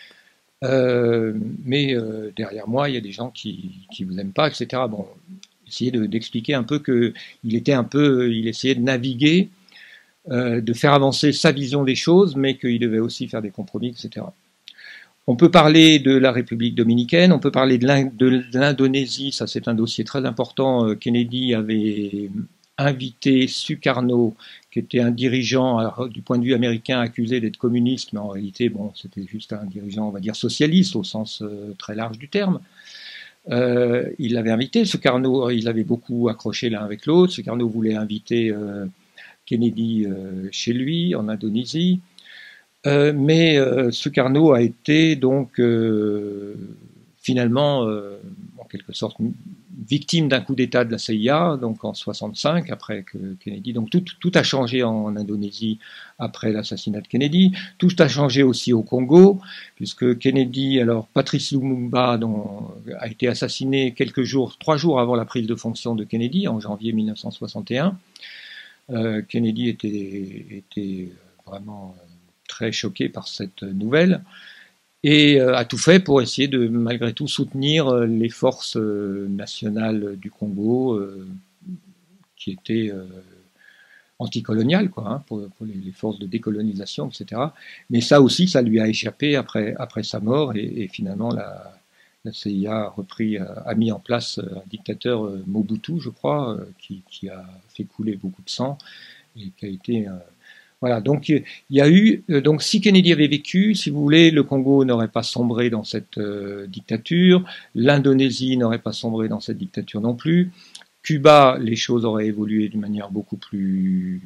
Euh, mais euh, derrière moi, il y a des gens qui qui vous aiment pas, et cetera. Bon, essayer de, d'expliquer un peu que il était un peu, il essayait de naviguer, euh, de faire avancer sa vision des choses, mais qu'il devait aussi faire des compromis, et cetera. On peut parler de la République dominicaine, on peut parler de l'Indonésie, ça c'est un dossier très important. Kennedy avait invité Sukarno, qui était un dirigeant, alors, du point de vue américain, accusé d'être communiste, mais en réalité, bon, c'était juste un dirigeant, on va dire, socialiste, au sens euh, très large du terme. Euh, il l'avait invité, Sukarno, ils avaient beaucoup accroché l'un avec l'autre. Sukarno voulait inviter euh, Kennedy euh, chez lui, en Indonésie. Euh, mais euh, Sukarno a été donc euh, finalement, euh, en quelque sorte, victime d'un coup d'État de la C I A, donc en soixante-cinq, après que Kennedy. Donc tout, tout a changé en Indonésie après l'assassinat de Kennedy. Tout a changé aussi au Congo, puisque Kennedy, alors Patrice Lumumba, dont, a été assassiné quelques jours, trois jours avant la prise de fonction de Kennedy, en janvier mille neuf cent soixante et un. Euh, Kennedy était, était vraiment très choqué par cette nouvelle, et euh, a tout fait pour essayer de, malgré tout, soutenir euh, les forces euh, nationales du Congo, euh, qui étaient euh, anticoloniales, quoi, hein, pour, pour les, les forces de décolonisation, et cetera. Mais ça aussi, ça lui a échappé après, après sa mort, et, et finalement, la, la C I A a repris, a, a mis en place un dictateur, euh, Mobutu, je crois, euh, qui, qui a fait couler beaucoup de sang, et qui a été... Euh, Voilà, donc il y a eu, donc si Kennedy avait vécu, si vous voulez, le Congo n'aurait pas sombré dans cette euh, dictature, l'Indonésie n'aurait pas sombré dans cette dictature non plus, Cuba, les choses auraient évolué d'une manière beaucoup plus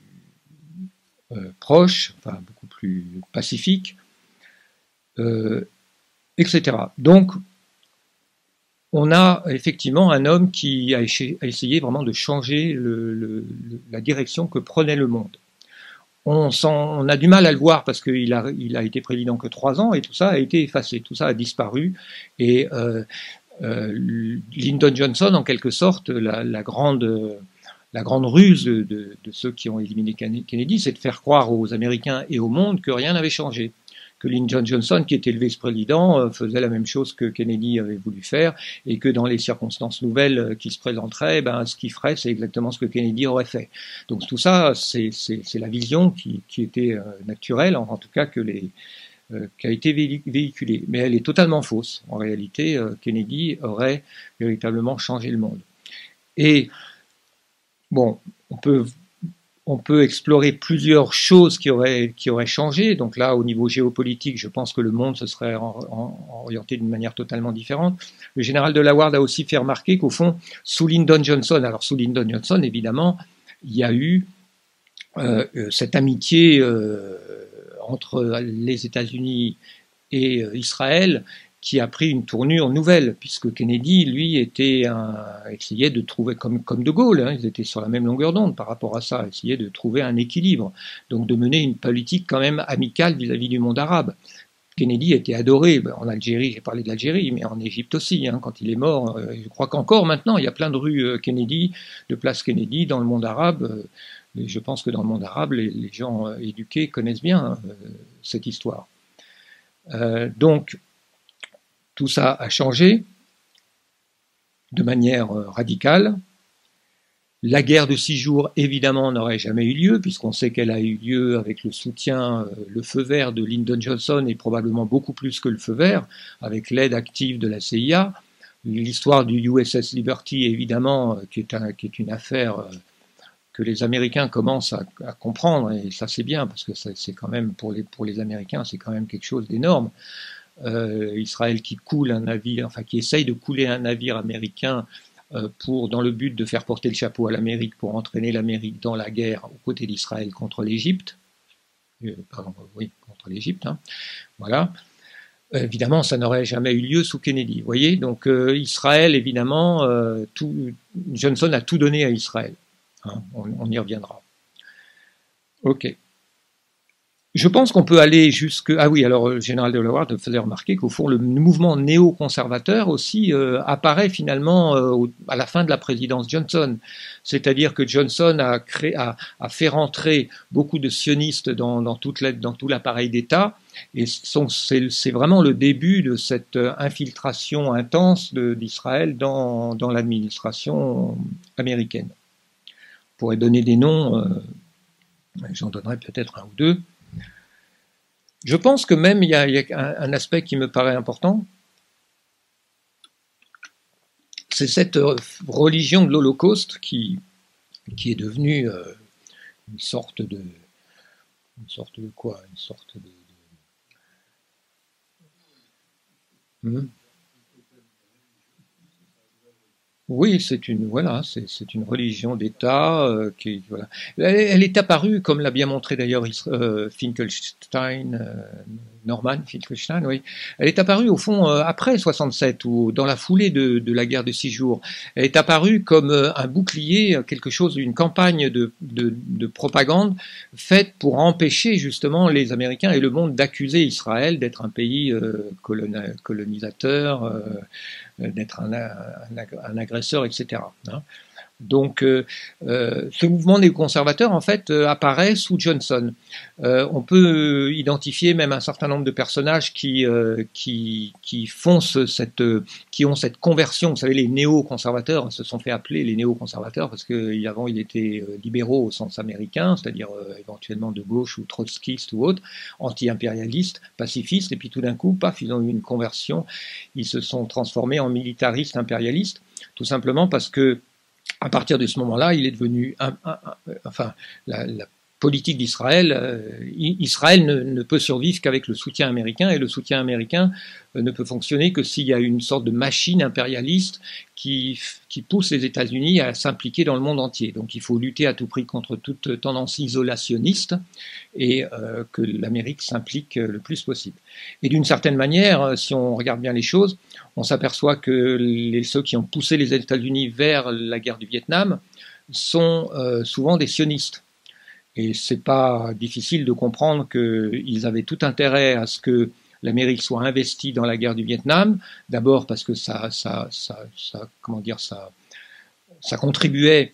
euh, proche, enfin beaucoup plus pacifique, euh, et cetera. Donc, on a effectivement un homme qui a, a essayé vraiment de changer le, le, la direction que prenait le monde. On, on a du mal à le voir parce qu'il a, il a été président que trois ans et tout ça a été effacé, tout ça a disparu. Et euh, euh, Lyndon Johnson, en quelque sorte, la, la, grande, la grande ruse de, de, de ceux qui ont éliminé Kennedy, c'est de faire croire aux Américains et au monde que rien n'avait changé. Que Lyndon Johnson, qui était le vice-président, faisait la même chose que Kennedy avait voulu faire, et que dans les circonstances nouvelles qui se présenteraient, ben, ce qu'il ferait, c'est exactement ce que Kennedy aurait fait. Donc tout ça, c'est, c'est, c'est la vision qui, qui était euh, naturelle, en, en tout cas que les, euh, qui a été véhiculée. Mais elle est totalement fausse. En réalité, euh, Kennedy aurait véritablement changé le monde. Et bon, on peut On peut explorer plusieurs choses qui auraient, qui auraient changé. Donc là, au niveau géopolitique, je pense que le monde se serait en, en, orienté d'une manière totalement différente. Le général de la Ward a aussi fait remarquer qu'au fond, sous Lyndon Johnson, alors sous Lyndon Johnson, évidemment, il y a eu euh, cette amitié euh, entre les États-Unis et euh, Israël, qui a pris une tournure nouvelle, puisque Kennedy, lui, était un, essayait de trouver, comme, comme De Gaulle, hein, ils étaient sur la même longueur d'onde par rapport à ça, essayait de trouver un équilibre, donc de mener une politique quand même amicale vis-à-vis du monde arabe. Kennedy était adoré, en Algérie, j'ai parlé de l'Algérie, mais en Égypte aussi, hein, quand il est mort, je crois qu'encore maintenant, il y a plein de rues Kennedy, de places Kennedy dans le monde arabe, Et je pense que dans le monde arabe, les, les gens euh, éduqués connaissent bien euh, cette histoire. Euh, donc, tout ça a changé de manière euh, radicale. La guerre de six jours, évidemment, n'aurait jamais eu lieu, puisqu'on sait qu'elle a eu lieu avec le soutien, euh, le feu vert de Lyndon Johnson, et probablement beaucoup plus que le feu vert, avec l'aide active de la C I A. L'histoire du U S S Liberty, évidemment, qui est, un, qui est une affaire euh, que les Américains commencent à, à comprendre, et ça c'est bien, parce que c'est quand même, pour les, pour les Américains, c'est quand même quelque chose d'énorme. Euh, Israël qui coule un navire, enfin qui essaye de couler un navire américain euh, pour, dans le but de faire porter le chapeau à l'Amérique pour entraîner l'Amérique dans la guerre aux côtés d'Israël contre l'Égypte. Euh, pardon, oui, contre l'Égypte, hein, voilà. Évidemment, ça n'aurait jamais eu lieu sous Kennedy. Vous voyez, donc euh, Israël, évidemment, euh, tout, Johnson a tout donné à Israël. Hein, on, on y reviendra. Ok. Je pense qu'on peut aller jusque... Ah oui, alors le général de Delaware faisait remarquer qu'au fond, le mouvement néoconservateur aussi euh, apparaît finalement euh, au, à la fin de la présidence Johnson. C'est-à-dire que Johnson a, créé, a, a fait rentrer beaucoup de sionistes dans, dans, toute la, dans tout l'appareil d'État, et c'est vraiment le début de cette infiltration intense d'Israël dans, dans l'administration américaine. On pourrait donner des noms, euh, j'en donnerai peut-être un ou deux. Je pense que même il y a, il y a un, un aspect qui me paraît important, c'est cette religion de l'Holocauste qui, qui est devenue euh, une sorte de... Une sorte de quoi? Une sorte de... de... Hmm. Oui, c'est une voilà, c'est une religion d'État euh, qui voilà. Elle, elle est apparue, comme l'a bien montré d'ailleurs euh, Finkelstein, euh, Norman Finkelstein, oui. Elle est apparue au fond euh, après soixante-sept ou dans la foulée de, de la guerre de six jours. Elle est apparue comme euh, un bouclier, quelque chose, une campagne de, de, de propagande faite pour empêcher justement les Américains et le monde d'accuser Israël d'être un pays euh, colonisateur. Euh, d'être un, un, un agresseur, et cetera. Hein. Donc, euh, euh, ce mouvement néoconservateur, en fait, euh, apparaît sous Johnson. Euh, on peut identifier même un certain nombre de personnages qui euh, qui qui font ce, cette, qui ont cette conversion. Vous savez, les néoconservateurs se sont fait appeler les néoconservateurs parce que avant ils étaient libéraux au sens américain, c'est-à-dire euh, éventuellement de gauche ou trotskistes ou autres, anti-impérialistes, pacifistes, et puis tout d'un coup, paf, ils ont eu une conversion. Ils se sont transformés en militaristes impérialistes, tout simplement parce que à partir de ce moment-là, il est devenu, un, un, un, enfin, la, la politique d'Israël, euh, Israël ne, ne peut survivre qu'avec le soutien américain, et le soutien américain euh, ne peut fonctionner que s'il y a une sorte de machine impérialiste qui, qui pousse les États-Unis à s'impliquer dans le monde entier. Donc il faut lutter à tout prix contre toute tendance isolationniste et euh, que l'Amérique s'implique le plus possible. Et d'une certaine manière, si on regarde bien les choses, on s'aperçoit que les, ceux qui ont poussé les États-Unis vers la guerre du Vietnam sont euh, souvent des sionistes. Et c'est pas difficile de comprendre qu'ils avaient tout intérêt à ce que l'Amérique soit investie dans la guerre du Vietnam. D'abord parce que ça, ça, ça, ça, comment dire, ça, ça contribuait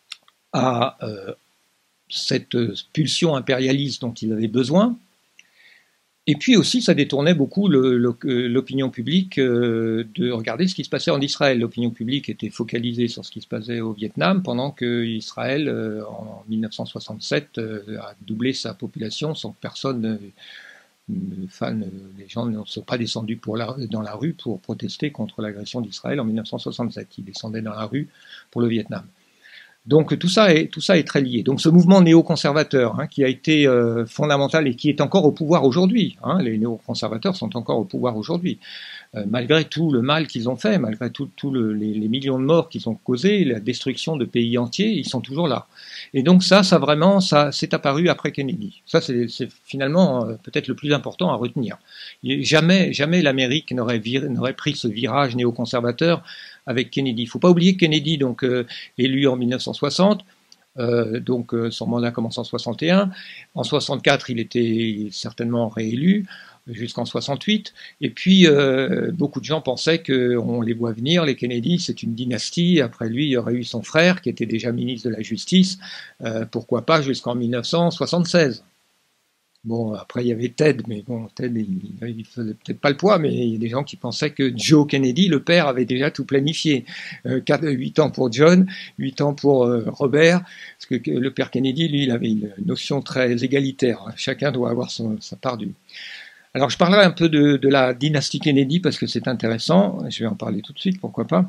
à euh, cette pulsion impérialiste dont ils avaient besoin. Et puis aussi, ça détournait beaucoup l'opinion publique de regarder ce qui se passait en Israël. L'opinion publique était focalisée sur ce qui se passait au Vietnam, pendant que Israël, en mille neuf cent soixante-sept, a doublé sa population sans que personne, fan, les gens ne sont pas descendus pour la, dans la rue pour protester contre l'agression d'Israël en mille neuf cent soixante-sept. Ils descendaient dans la rue pour le Vietnam. Donc tout ça est tout ça est très lié. Donc ce mouvement néoconservateur hein, qui a été euh, fondamental et qui est encore au pouvoir aujourd'hui. Hein, les néoconservateurs sont encore au pouvoir aujourd'hui, euh, malgré tout le mal qu'ils ont fait, malgré tout, tout le, les, les millions de morts qu'ils ont causés, la destruction de pays entiers, ils sont toujours là. Et donc ça, ça vraiment, ça c'est apparu après Kennedy. Ça c'est finalement euh, peut-être le plus important à retenir. Jamais, jamais l'Amérique n'aurait n'aurait pris ce virage néoconservateur avec Kennedy. Il ne faut pas oublier que Kennedy, donc euh, élu en mille neuf cent soixante, Euh, donc euh, son mandat commence en soixante et un. En soixante-quatre, il était certainement réélu jusqu'en soixante-huit. Et puis, euh, beaucoup de gens pensaient qu'on les voit venir, les Kennedy, c'est une dynastie. Après lui, il y aurait eu son frère, qui était déjà ministre de la Justice, euh, pourquoi pas jusqu'en mille neuf cent soixante-seize. Bon, après, il y avait Ted, mais bon, Ted, il, il faisait peut-être pas le poids, mais il y a des gens qui pensaient que Joe Kennedy, le père, avait déjà tout planifié. Euh, huit ans pour John, huit ans pour euh, Robert, parce que le père Kennedy, lui, il avait une notion très égalitaire. Chacun doit avoir son, sa part du... Alors, je parlerai un peu de, de la dynastie Kennedy, parce que c'est intéressant. Je vais en parler tout de suite, pourquoi pas.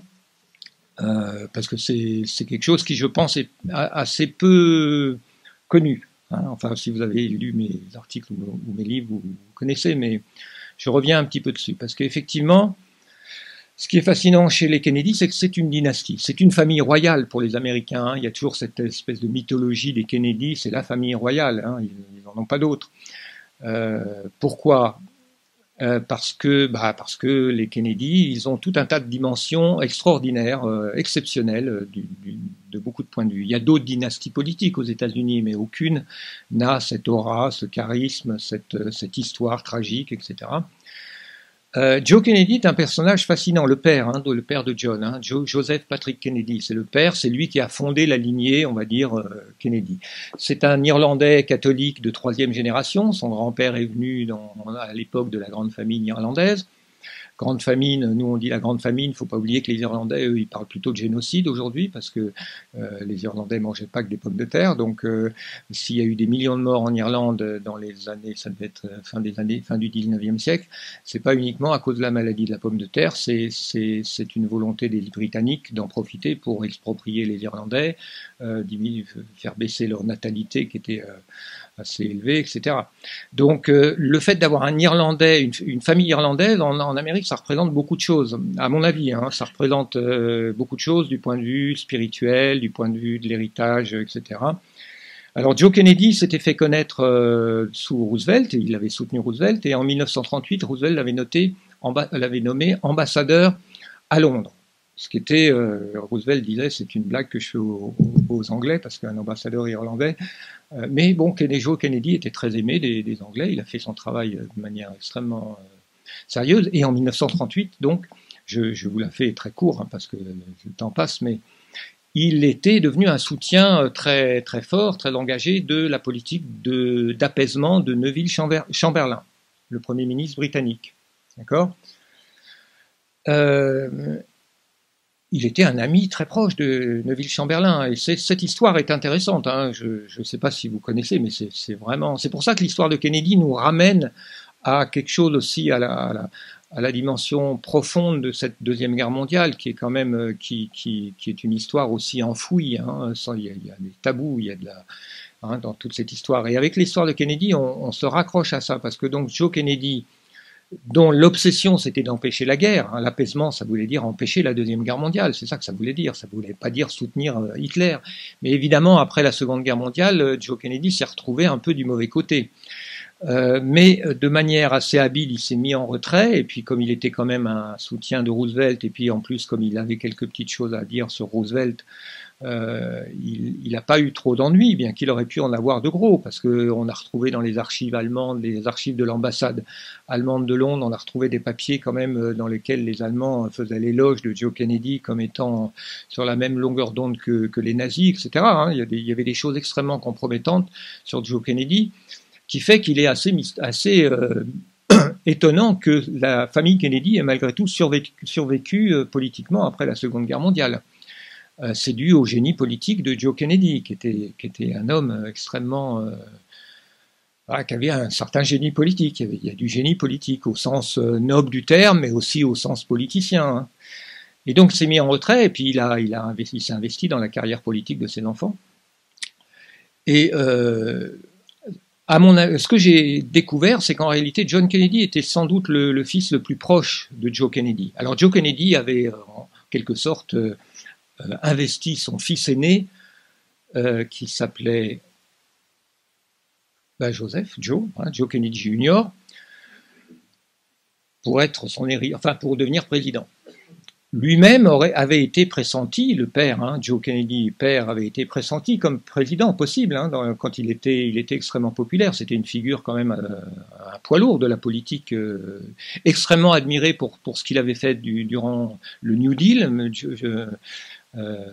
Euh, parce que c'est quelque chose qui, je pense, est assez peu connu. Hein, enfin, si vous avez lu mes articles ou, ou mes livres, vous, vous connaissez, mais je reviens un petit peu dessus. Parce qu'effectivement, ce qui est fascinant chez les Kennedy, c'est que c'est une dynastie. C'est une famille royale pour les Américains. Hein. Il y a toujours cette espèce de mythologie des Kennedy, c'est la famille royale. Hein. Ils n'en ont pas d'autres. Euh, pourquoi Euh, parce que, bah, parce que les Kennedy, ils ont tout un tas de dimensions extraordinaires, euh, exceptionnelles, euh, du, du, de beaucoup de points de vue. Il y a d'autres dynasties politiques aux États-Unis, mais aucune n'a cette aura, ce charisme, cette, cette histoire tragique, et cetera. Euh, Joe Kennedy est un personnage fascinant, le père, hein, le père de John, hein, Joe, Joseph Patrick Kennedy, c'est le père, c'est lui qui a fondé la lignée, on va dire, euh, Kennedy. C'est un Irlandais catholique de troisième génération, son grand-père est venu dans, à l'époque de la grande famine irlandaise. Grande famine, nous on dit la grande famine, il ne faut pas oublier que les Irlandais, eux, ils parlent plutôt de génocide aujourd'hui, parce que euh, les Irlandais ne mangeaient pas que des pommes de terre, donc euh, s'il y a eu des millions de morts en Irlande dans les années, ça devait être fin des années, fin du dix-neuvième siècle, c'est pas uniquement à cause de la maladie de la pomme de terre, c'est une volonté des Britanniques d'en profiter pour exproprier les Irlandais, euh, faire baisser leur natalité qui était... Euh, assez élevé, et cetera. Donc euh, le fait d'avoir un Irlandais, une, une famille irlandaise en, en Amérique, ça représente beaucoup de choses, à mon avis. Hein, ça représente euh, beaucoup de choses du point de vue spirituel, du point de vue de l'héritage, et cetera. Alors Joe Kennedy s'était fait connaître euh, sous Roosevelt, il avait soutenu Roosevelt, et en mille neuf cent trente-huit, Roosevelt l'avait noté, l'avait nommé ambassadeur à Londres. Ce qui était, euh, Roosevelt disait, c'est une blague que je fais aux, aux Anglais, parce qu'un ambassadeur irlandais, euh, mais bon, Joe Kennedy était très aimé des, des Anglais, il a fait son travail de manière extrêmement euh, sérieuse, et en mille neuf cent trente-huit, donc, je, je vous la fais très court, hein, parce que le temps passe, mais il était devenu un soutien très, très fort, très engagé de la politique d'apaisement de, de Neville Chamberlain, le Premier ministre britannique. D'accord euh, Il était un ami très proche de Neville Chamberlain, et cette histoire est intéressante. Hein. Je ne sais pas si vous connaissez, mais c'est vraiment... C'est pour ça que l'histoire de Kennedy nous ramène à quelque chose aussi, à la, à la, à la dimension profonde de cette Deuxième Guerre mondiale, qui est quand même qui, qui, qui est une histoire aussi enfouie. Hein. Il y a, il y a des tabous, il y a de la... Hein, dans toute cette histoire. Et avec l'histoire de Kennedy, on, on se raccroche à ça, parce que donc Joe Kennedy, dont l'obsession c'était d'empêcher la guerre, hein, l'apaisement ça voulait dire empêcher la Deuxième Guerre mondiale, c'est ça que ça voulait dire, ça voulait pas dire soutenir euh, Hitler. Mais évidemment, après la Seconde Guerre mondiale, Joe Kennedy s'est retrouvé un peu du mauvais côté. Euh, mais de manière assez habile, il s'est mis en retrait, et puis comme il était quand même un soutien de Roosevelt, et puis en plus comme il avait quelques petites choses à dire sur Roosevelt, Euh, il n'a pas eu trop d'ennuis, bien qu'il aurait pu en avoir de gros, parce qu'on a retrouvé dans les archives allemandes, les archives de l'ambassade allemande de Londres, on a retrouvé des papiers quand même dans lesquels les Allemands faisaient l'éloge de Joe Kennedy comme étant sur la même longueur d'onde que, que les nazis, et cetera. Hein. Il y a des, il y avait des choses extrêmement compromettantes sur Joe Kennedy, qui fait qu'il est assez, assez euh, étonnant que la famille Kennedy ait malgré tout survécu, survécu euh, politiquement après la Seconde Guerre mondiale. Euh, c'est dû au génie politique de Joe Kennedy, qui était, qui était un homme extrêmement... Euh, ah, qui avait un certain génie politique. Il y, avait, il y a du génie politique au sens euh, noble du terme, mais aussi au sens politicien. Hein. Et donc, il s'est mis en retrait, et puis il, a, il, a investi, il s'est investi dans la carrière politique de ses enfants. Et euh, à mon, ce que j'ai découvert, c'est qu'en réalité, John Kennedy était sans doute le, le fils le plus proche de Joe Kennedy. Alors, Joe Kennedy avait, en quelque sorte... Euh, Euh, investi son fils aîné, euh, qui s'appelait ben, Joseph, Joe, hein, Joe Kennedy junior, pour être son héritier, enfin pour devenir président. lui-même aurait, avait été pressenti, le père, hein, Joe Kennedy, père, avait été pressenti comme président possible, hein, dans, quand il était, il était extrêmement populaire. C'était une figure quand même, euh, un poids lourd de la politique, euh, extrêmement admiré pour, pour ce qu'il avait fait du, durant le New Deal. Je, je, euh,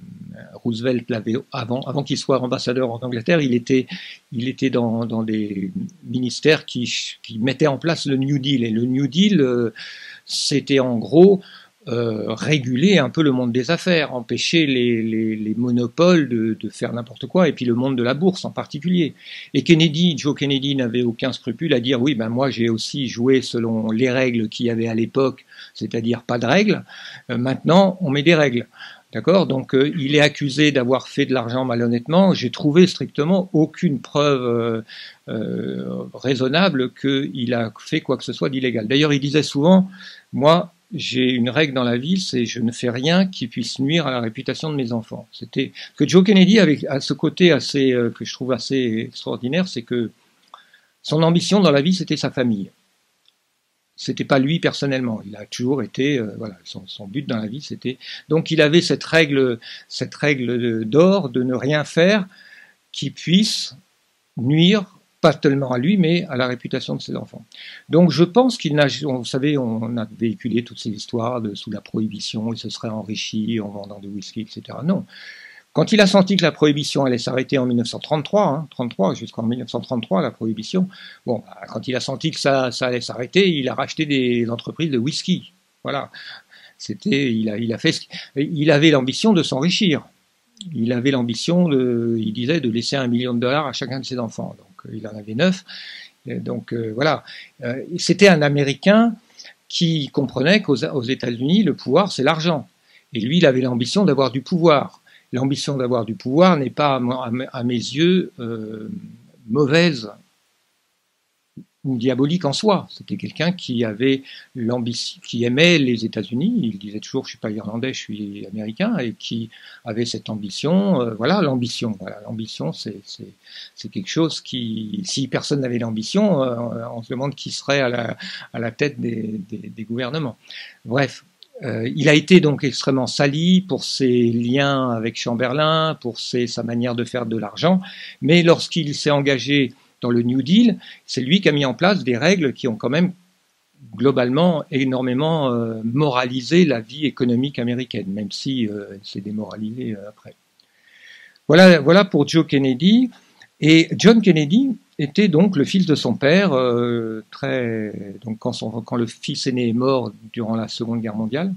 Roosevelt l'avait, avant, avant qu'il soit ambassadeur en Angleterre, il était, il était dans, dans des ministères qui, qui mettaient en place le New Deal. Et le New Deal, euh, c'était en gros Euh, réguler un peu le monde des affaires, empêcher les, les, les monopoles de, de faire n'importe quoi, et puis le monde de la bourse en particulier. Et Kennedy, Joe Kennedy n'avait aucun scrupule à dire oui, ben moi j'ai aussi joué selon les règles qu'il y avait à l'époque, c'est-à-dire pas de règles. Euh, maintenant, on met des règles. D'accord ? Donc euh, il est accusé d'avoir fait de l'argent malhonnêtement. J'ai trouvé strictement aucune preuve euh, euh, raisonnable qu'il a fait quoi que ce soit d'illégal. D'ailleurs, il disait souvent, moi, j'ai une règle dans la vie, c'est je ne fais rien qui puisse nuire à la réputation de mes enfants. C'était que Joe Kennedy avait à ce côté assez euh, que je trouve assez extraordinaire, c'est que son ambition dans la vie, c'était sa famille. C'était pas lui personnellement. Il a toujours été, euh, voilà, son, son but dans la vie, c'était donc il avait cette règle, cette règle d'or de ne rien faire qui puisse nuire pas tellement à lui, mais à la réputation de ses enfants. Donc je pense qu'il n'a, vous savez, on a véhiculé toutes ces histoires de sous la prohibition, il se serait enrichi en vendant du whisky, et cetera. Non. Quand il a senti que la prohibition allait s'arrêter en mille neuf cent trente-trois, hein, trente-trois jusqu'en mille neuf cent trente-trois, la prohibition, bon, quand il a senti que ça, ça allait s'arrêter, il a racheté des entreprises de whisky. Voilà. C'était, il a, il a fait, il avait l'ambition de s'enrichir. Il avait l'ambition, de, il disait, de laisser un million de dollars à chacun de ses enfants. Donc, il en avait neuf. Donc, euh, voilà. Euh, c'était un Américain qui comprenait qu'aux aux États-Unis, le pouvoir, c'est l'argent. Et lui, il avait l'ambition d'avoir du pouvoir. L'ambition d'avoir du pouvoir n'est pas, à mes yeux, euh, mauvaise ou diabolique en soi. C'était quelqu'un qui avait l'ambition, qui aimait les États-Unis. Il disait toujours, je suis pas irlandais, je suis américain, et qui avait cette ambition. Euh, voilà, l'ambition. Voilà, l'ambition, c'est, c'est, c'est quelque chose qui, si personne n'avait l'ambition, euh, on se demande qui serait à la, à la tête des, des, des gouvernements. Bref. Euh, il a été donc extrêmement sali pour ses liens avec Chamberlain, pour ses, sa manière de faire de l'argent, mais lorsqu'il s'est engagé dans le New Deal, c'est lui qui a mis en place des règles qui ont quand même globalement énormément euh, moralisé la vie économique américaine, même si euh, elle s'est démoralisée euh, après. Voilà, voilà pour Joe Kennedy. Et John Kennedy était donc le fils de son père, euh, très, donc quand, son, quand le fils aîné est mort durant la Seconde Guerre mondiale,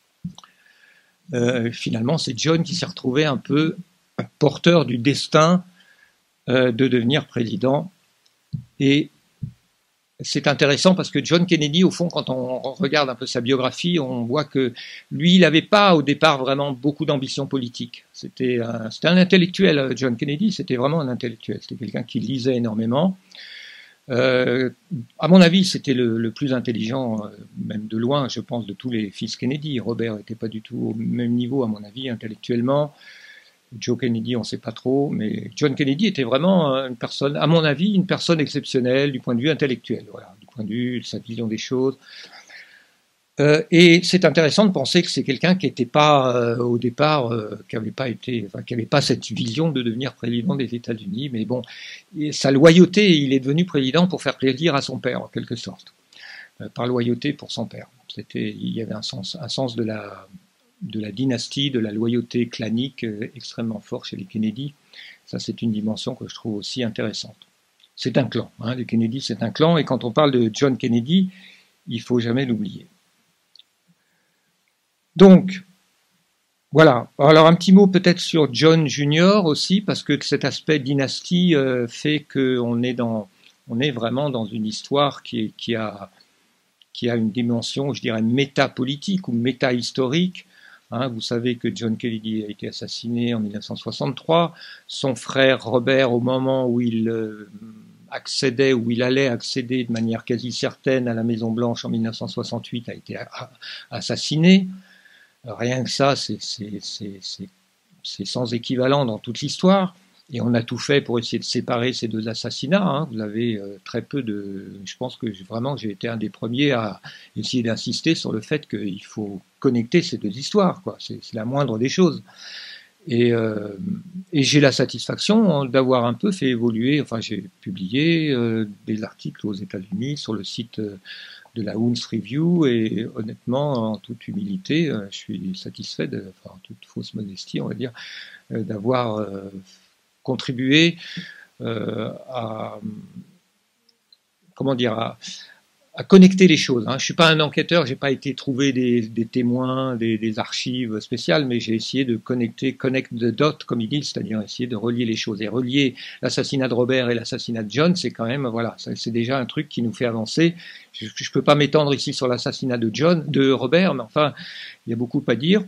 euh, finalement c'est John qui s'est retrouvé un peu porteur du destin euh, de devenir président. Et c'est intéressant parce que John Kennedy, au fond, quand on regarde un peu sa biographie, on voit que lui, il n'avait pas au départ vraiment beaucoup d'ambition politique. C'était un, c'était un intellectuel, John Kennedy, c'était vraiment un intellectuel. C'était quelqu'un qui lisait énormément. Euh, à mon avis, c'était le, le plus intelligent, même de loin, je pense, de tous les fils Kennedy. Robert n'était pas du tout au même niveau, à mon avis, intellectuellement. Joe Kennedy, on ne sait pas trop, mais John Kennedy était vraiment une personne, à mon avis, une personne exceptionnelle du point de vue intellectuel, voilà, du point de vue de sa vision des choses. Euh, et c'est intéressant de penser que c'est quelqu'un qui n'était pas, euh, au départ, euh, qui n'avait pas été, enfin, qui n'avait pas cette vision de devenir président des États-Unis, mais bon, sa loyauté, il est devenu président pour faire plaisir à son père, en quelque sorte, euh, par loyauté pour son père. C'était, il y avait un sens, un sens de la de la dynastie, de la loyauté clanique euh, extrêmement fort chez les Kennedy. Ça, c'est une dimension que je trouve aussi intéressante. C'est un clan, hein, les Kennedy, c'est un clan, et quand on parle de John Kennedy, il faut jamais l'oublier. Donc, voilà. Alors, un petit mot peut-être sur John Junior aussi, parce que cet aspect dynastie euh, fait qu'on est dans, on est vraiment dans une histoire qui, est, qui a, qui a une dimension, je dirais, métapolitique ou méta-historique. Hein, vous savez que John Kennedy a été assassiné en mille neuf cent soixante-trois. Son frère Robert, au moment où il euh, accédait, où il allait accéder de manière quasi certaine à la Maison-Blanche en mille neuf cent soixante-huit, a été assassiné. Rien que ça, c'est, c'est, c'est, c'est, c'est sans équivalent dans toute l'histoire. et on a tout fait pour essayer de séparer ces deux assassinats. Hein. Vous avez euh, très peu de... Je pense que vraiment j'ai été un des premiers à essayer d'insister sur le fait qu'il faut connecter ces deux histoires, quoi. C'est la moindre des choses. Et, euh, et j'ai la satisfaction d'avoir un peu fait évoluer, enfin j'ai publié euh, des articles aux États-Unis sur le site euh, de la Huns Review, et honnêtement, en toute humilité, euh, je suis satisfait, de, enfin en toute fausse modestie, on va dire, euh, d'avoir euh, contribué euh, à, comment dire, à, à connecter les choses. Hein. Je suis pas un enquêteur, j'ai pas été trouver des, des témoins, des, des archives spéciales, mais j'ai essayé de connecter, connect the dot, comme ils disent, c'est-à-dire essayer de relier les choses. Et relier l'assassinat de Robert et l'assassinat de John, c'est quand même, voilà, c'est déjà un truc qui nous fait avancer. Je, je peux pas m'étendre ici sur l'assassinat de John, de Robert, mais enfin, il y a beaucoup à dire.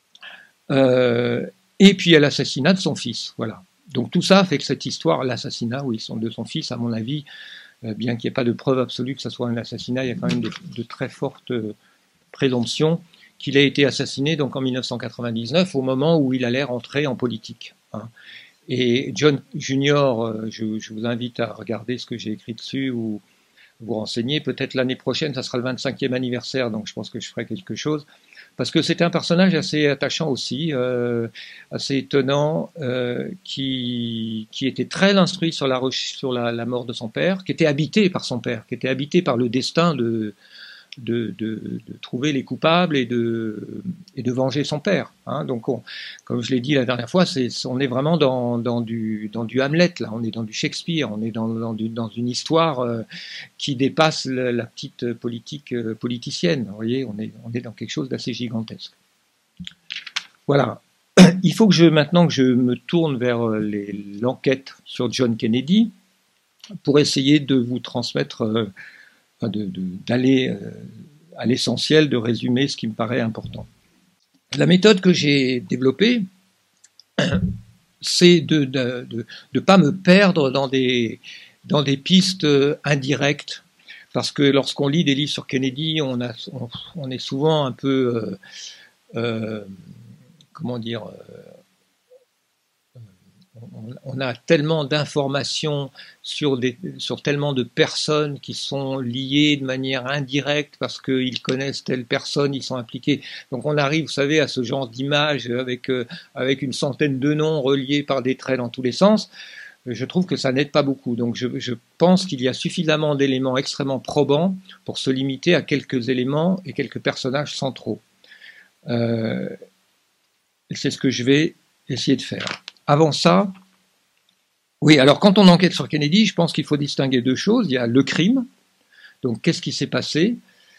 Euh, et puis il y a l'assassinat de son fils, voilà. Donc tout ça fait que cette histoire, l'assassinat, oui, de son fils, à mon avis, bien qu'il n'y ait pas de preuve absolue que ce soit un assassinat, il y a quand même de, de très fortes présomptions qu'il a été assassiné donc en mille neuf cent quatre-vingt-dix-neuf, au moment où il allait rentrer en politique. Hein. Et John Junior, je, je vous invite à regarder ce que j'ai écrit dessus ou vous renseigner. Peut-être l'année prochaine, ça sera le vingt-cinquième anniversaire, donc je pense que je ferai quelque chose. Parce que c'était un personnage assez attachant aussi, euh, assez étonnant, euh, qui, qui était très instruit sur, la, sur la, la mort de son père, qui était habité par son père, qui était habité par le destin de, de, de, de trouver les coupables et de, et de venger son père. Hein. Donc, on, comme je l'ai dit la dernière fois, c'est, on est vraiment dans, dans, du, dans du Hamlet, là, on est dans du Shakespeare, on est dans, dans, du, dans une histoire euh, qui dépasse la, la petite politique euh, politicienne. Vous voyez, on est, on est dans quelque chose d'assez gigantesque. Voilà. Il faut que je, maintenant que je me tourne vers l'enquête sur John Kennedy, pour essayer de vous transmettre... Euh, d'aller euh, à l'essentiel, de résumer ce qui me paraît important. La méthode que j'ai développée, c'est de ne de, de pas me perdre dans des, dans des pistes indirectes, parce que lorsqu'on lit des livres sur Kennedy, on, a, on, on est souvent un peu, euh, euh, comment dire, euh, on a tellement d'informations sur, des, sur tellement de personnes qui sont liées de manière indirecte parce qu'ils connaissent telle personne, ils sont impliqués. Donc on arrive, vous savez, à ce genre d'image avec, euh, avec une centaine de noms reliés par des traits dans tous les sens. Je trouve que ça n'aide pas beaucoup. Donc je, je pense qu'il y a suffisamment d'éléments extrêmement probants pour se limiter à quelques éléments et quelques personnages centraux. Euh, c'est ce que je vais essayer de faire. Avant ça, oui, alors quand on enquête sur Kennedy, je pense qu'il faut distinguer deux choses. Il y a le crime, donc qu'est-ce qui s'est passé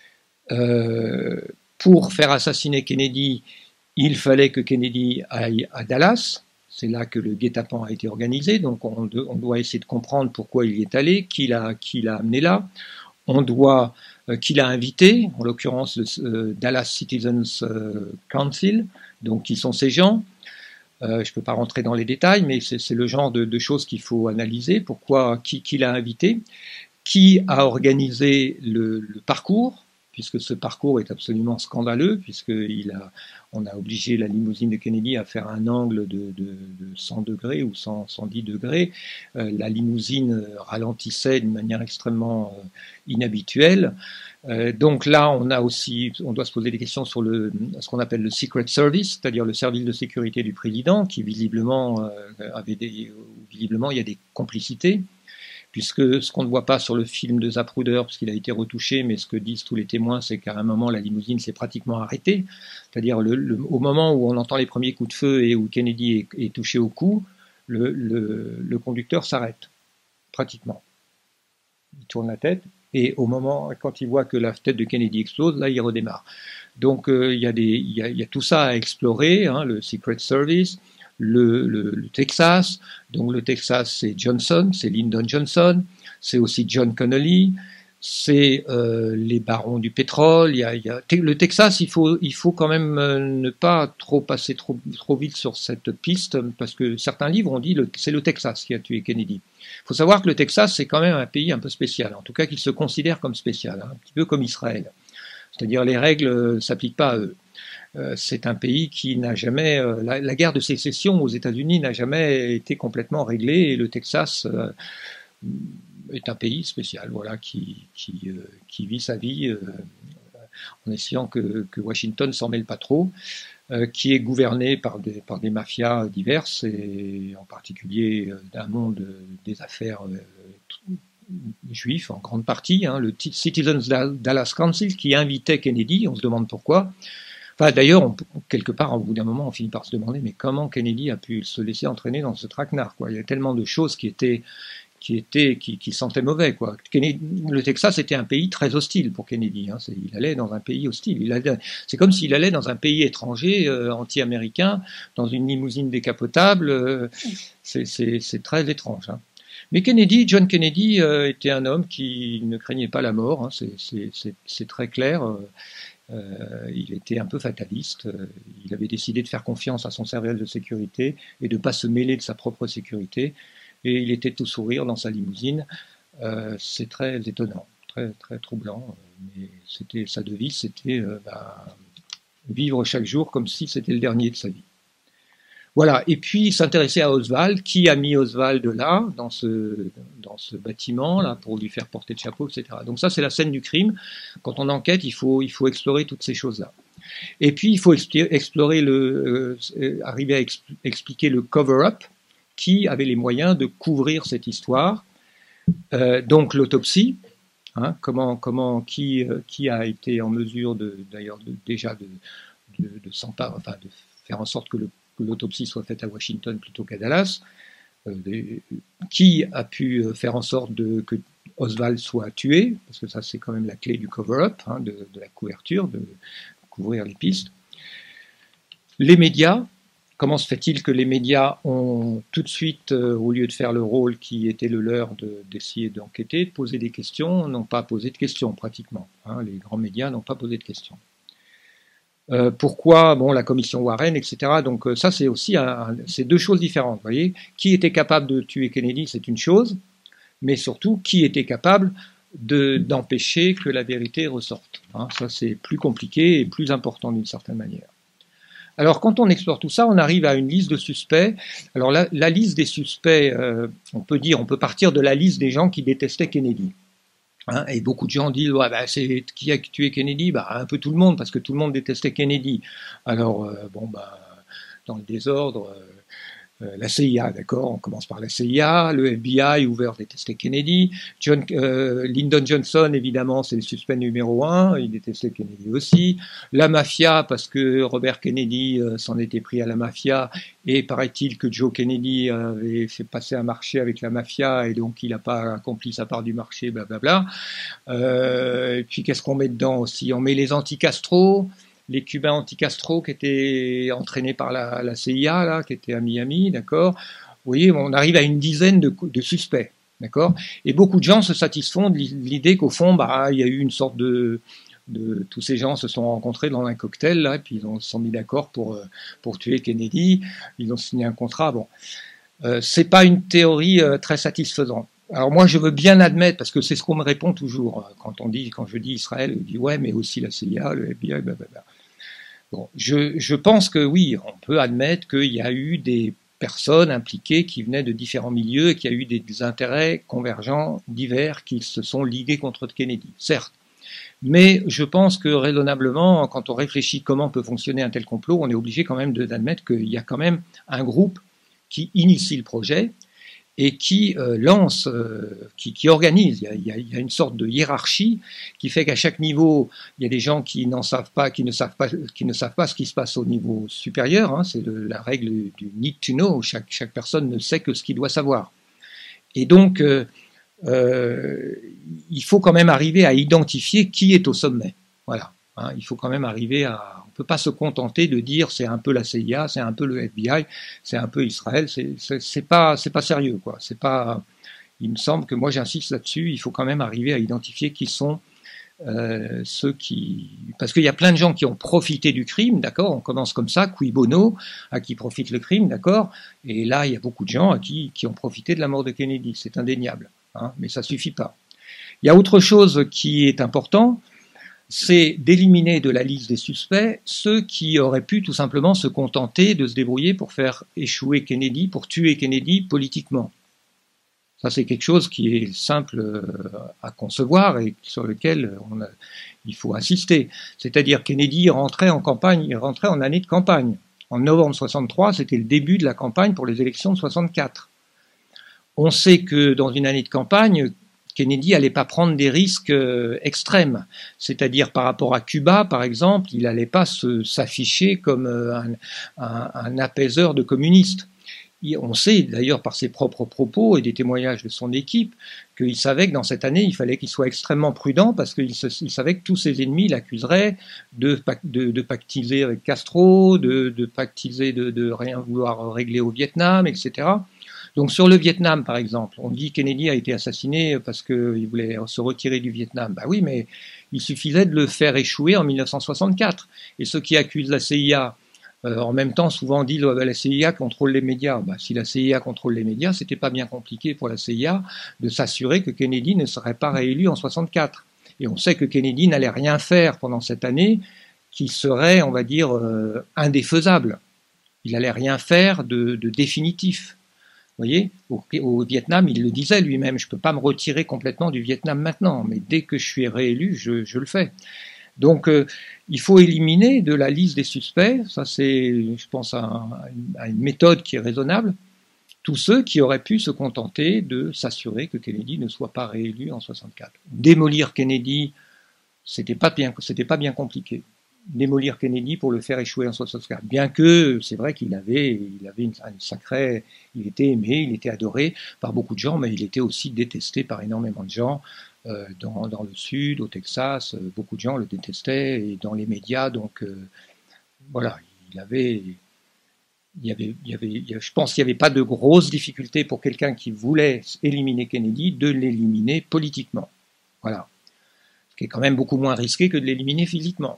euh, pour faire assassiner Kennedy, il fallait que Kennedy aille à Dallas, c'est là que le guet-apens a été organisé, donc on, de, on doit essayer de comprendre pourquoi il y est allé, qui l'a qui l'a amené là, on doit, euh, qui l'a invité, en l'occurrence le euh, Dallas Citizens euh, Council, donc qui sont ces gens. Euh, je ne peux pas rentrer dans les détails, mais c'est le genre de, de choses qu'il faut analyser. Pourquoi, qui, qui l'a invité, qui a organisé le, le parcours, puisque ce parcours est absolument scandaleux, puisqu'il a, on a obligé la limousine de Kennedy à faire un angle de, de, de cent degrés ou cent, cent dix degrés. Euh, la limousine ralentissait d'une manière extrêmement euh, inhabituelle. Euh, donc là, on a aussi, on doit se poser des questions sur le, ce qu'on appelle le Secret Service, c'est-à-dire le service de sécurité du président, qui visiblement euh, avait des, visiblement il y a des complicités, puisque ce qu'on ne voit pas sur le film de Zapruder, puisqu'il a été retouché, mais ce que disent tous les témoins, c'est qu'à un moment la limousine s'est pratiquement arrêtée, c'est-à-dire le, le, au moment où on entend les premiers coups de feu et où Kennedy est, est touché au cou, le, le, le conducteur s'arrête, pratiquement. Il tourne la tête. Et au moment, quand il voit que la tête de Kennedy explose, là, il redémarre. Donc, euh, il y a des, il y a, il y a tout ça à explorer, hein, le Secret Service, le, le, le Texas. Donc, le Texas, c'est Johnson, c'est Lyndon Johnson, c'est aussi John Connolly, c'est euh, les barons du pétrole. Il y a, il y a, le Texas, il faut, il faut quand même ne pas trop passer trop, trop vite sur cette piste, parce que certains livres ont dit que c'est le Texas qui a tué Kennedy. Il faut savoir que le Texas, c'est quand même un pays un peu spécial, en tout cas qu'il se considère comme spécial, hein, un petit peu comme Israël. C'est-à-dire les règles ne s'appliquent pas à eux. euh, c'est un pays qui n'a jamais... Euh, la, la guerre de sécession aux États-Unis n'a jamais été complètement réglée, et le Texas euh, est un pays spécial, voilà, qui, qui, euh, qui vit sa vie euh, en essayant que, que Washington s'en mêle pas trop, euh, qui est gouverné par des, par des mafias diverses, et en particulier euh, d'un monde des affaires euh, juifs en grande partie, hein, le Citizens Dallas Council qui invitait Kennedy, on se demande pourquoi. Enfin, d'ailleurs, on, quelque part, au bout d'un moment, on finit par se demander, mais comment Kennedy a pu se laisser entraîner dans ce traquenard, quoi. Il y a tellement de choses qui étaient, qui étaient, qui, qui sentaient mauvais, quoi. Kennedy, le Texas était un pays très hostile pour Kennedy, hein. C'est, il allait dans un pays hostile. Il allait, c'est comme s'il allait dans un pays étranger, euh, anti-américain, dans une limousine décapotable. Euh, c'est, c'est, c'est très étrange, hein. Mais Kennedy, John Kennedy, euh, était un homme qui ne craignait pas la mort, hein. C'est, c'est, c'est, c'est très clair. Euh, il était un peu fataliste. Il avait décidé de faire confiance à son service de sécurité et de ne pas se mêler de sa propre sécurité. Et il était tout sourire dans sa limousine. Euh, c'est très étonnant, très, très troublant. Mais c'était, sa devise, c'était euh, bah, vivre chaque jour comme si c'était le dernier de sa vie. Voilà, et puis s'intéresser à Oswald, qui a mis Oswald là, dans ce, dans ce bâtiment, là, pour lui faire porter le chapeau, et cetera. Donc ça, c'est la scène du crime. Quand on enquête, il faut, il faut explorer toutes ces choses-là. Et puis, il faut explorer le, euh, arriver à exp expliquer le cover-up, qui avait les moyens de couvrir cette histoire. Euh, donc l'autopsie, hein, comment, comment, qui, euh, qui a été en mesure de, d'ailleurs, de, déjà de, de, de s'emparer, enfin, de faire en sorte que le que l'autopsie soit faite à Washington plutôt qu'à Dallas, euh, des, qui a pu faire en sorte de, que Oswald soit tué, parce que ça c'est quand même la clé du cover-up, hein, de, de la couverture, de couvrir les pistes. Les médias, comment se fait-il que les médias ont tout de suite, euh, au lieu de faire le rôle qui était le leur de, d'essayer d'enquêter, de poser des questions, n'ont pas posé de questions pratiquement, hein, les grands médias n'ont pas posé de questions. Euh, pourquoi, bon, la commission Warren, et cetera. Donc euh, ça, c'est aussi un, un, c'est deux choses différentes. Vous voyez, qui était capable de tuer Kennedy, c'est une chose, mais surtout, qui était capable de, d'empêcher que la vérité ressorte. Hein, ça, c'est plus compliqué et plus important d'une certaine manière. Alors, quand on explore tout ça, on arrive à une liste de suspects. Alors, la, la liste des suspects, euh, on peut dire, on peut partir de la liste des gens qui détestaient Kennedy. Hein, et beaucoup de gens disent ouais, bah, c'est qui a tué Kennedy, bah, un peu tout le monde, parce que tout le monde détestait Kennedy. Alors, euh, bon, bah, dans le désordre, euh, euh, la C I A, d'accord, on commence par la C I A, le F B I, Hoover détestait Kennedy, John, euh, Lyndon Johnson, évidemment, c'est le suspect numéro un, il détestait Kennedy aussi, la mafia, parce que Robert Kennedy euh, s'en était pris à la mafia, et paraît-il que Joe Kennedy avait fait passer un marché avec la mafia, et donc il n'a pas accompli sa part du marché, blablabla. Euh, et puis qu'est-ce qu'on met dedans aussi? On met les anti-Castro, les Cubains anti-Castro qui étaient entraînés par la, la C I A, là, qui étaient à Miami, d'accord. Vous voyez, on arrive à une dizaine de, de suspects, d'accord. Et beaucoup de gens se satisfont de l'idée qu'au fond, bah, il y a eu une sorte de, de, tous ces gens se sont rencontrés dans un cocktail, là, et puis ils ont, se sont mis d'accord pour, pour tuer Kennedy. Ils ont signé un contrat. Bon, euh, c'est pas une théorie euh, très satisfaisante. Alors moi, je veux bien admettre, parce que c'est ce qu'on me répond toujours quand on dit, quand je dis Israël, je dis ouais, mais aussi la C I A, le F B I, blablabla. Bon, je, je pense que oui, on peut admettre qu'il y a eu des personnes impliquées qui venaient de différents milieux et qu'il y a eu des, des intérêts convergents divers qui se sont ligués contre Kennedy, certes. Mais je pense que raisonnablement, quand on réfléchit comment peut fonctionner un tel complot, on est obligé quand même d'admettre qu'il y a quand même un groupe qui initie le projet et qui euh, lance, euh, qui, qui organise. Il y, a, il, y a, il y a une sorte de hiérarchie qui fait qu'à chaque niveau, il y a des gens qui n'en savent pas, qui ne savent pas, qui ne savent pas ce qui se passe au niveau supérieur. Hein, c'est le, la règle du need to know. Chaque, chaque personne ne sait que ce qu'il doit savoir. Et donc, euh, euh, il faut quand même arriver à identifier qui est au sommet. Voilà. Hein, il faut quand même arriver à... On ne peut pas se contenter de dire c'est un peu la C I A, c'est un peu le F B I, c'est un peu Israël, c'est, c'est, c'est pas, c'est pas sérieux, quoi. C'est pas, il me semble que moi j'insiste là-dessus, il faut quand même arriver à identifier qui sont euh, ceux qui... Parce qu'il y a plein de gens qui ont profité du crime, d'accord, on commence comme ça, cui bono, à qui profite le crime, d'accord, et là il y a beaucoup de gens à qui, qui ont profité de la mort de Kennedy, c'est indéniable, hein, mais ça suffit pas. Il y a autre chose qui est important, c'est d'éliminer de la liste des suspects ceux qui auraient pu tout simplement se contenter de se débrouiller pour faire échouer Kennedy, pour tuer Kennedy politiquement. Ça, c'est quelque chose qui est simple à concevoir et sur lequel on a, il faut insister. C'est-à-dire Kennedy rentrait en campagne, il rentrait en année de campagne. En novembre soixante-trois, c'était le début de la campagne pour les élections de soixante-quatre. On sait que dans une année de campagne, Kennedy n'allait pas prendre des risques euh, extrêmes. C'est-à-dire par rapport à Cuba, par exemple, il n'allait pas s'afficher comme euh, un, un, un apaiseur de communistes. On sait d'ailleurs par ses propres propos et des témoignages de son équipe qu'il savait que dans cette année, il fallait qu'il soit extrêmement prudent parce qu'il il savait que tous ses ennemis l'accuseraient de, de, de pactiser avec Castro, de, de pactiser de, de rien vouloir régler au Vietnam, et cetera. Donc sur le Vietnam, par exemple, on dit que Kennedy a été assassiné parce qu'il voulait se retirer du Vietnam. Ben oui, mais il suffisait de le faire échouer en mille neuf cent soixante-quatre. Et ceux qui accusent la C I A Euh, en même temps, souvent on dit que la C I A contrôle les médias. Bah, si la C I A contrôle les médias, c'était pas bien compliqué pour la C I A de s'assurer que Kennedy ne serait pas réélu en soixante-quatre. Et on sait que Kennedy n'allait rien faire pendant cette année qui serait, on va dire, euh, indéfaisable. Il allait rien faire de, de définitif. Vous voyez, au, au Vietnam, il le disait lui-même, je peux pas me retirer complètement du Vietnam maintenant, mais dès que je suis réélu, je, je le fais. Donc, euh, il faut éliminer de la liste des suspects, ça c'est, je pense, à, à une méthode qui est raisonnable, tous ceux qui auraient pu se contenter de s'assurer que Kennedy ne soit pas réélu en soixante-quatre. Démolir Kennedy, c'était pas bien, c'était pas bien compliqué. Démolir Kennedy pour le faire échouer en soixante-quatre. Bien que, c'est vrai qu'il avait, il avait une, une sacrée, il était aimé, il était adoré par beaucoup de gens, mais il était aussi détesté par énormément de gens. Euh, dans, dans le sud, au Texas, euh, beaucoup de gens le détestaient et dans les médias, donc euh, voilà, il avait, il y avait, il y avait, il y avait, je pense qu'il n'y avait pas de grosses difficultés pour quelqu'un qui voulait éliminer Kennedy de l'éliminer politiquement. Voilà, ce qui est quand même beaucoup moins risqué que de l'éliminer physiquement.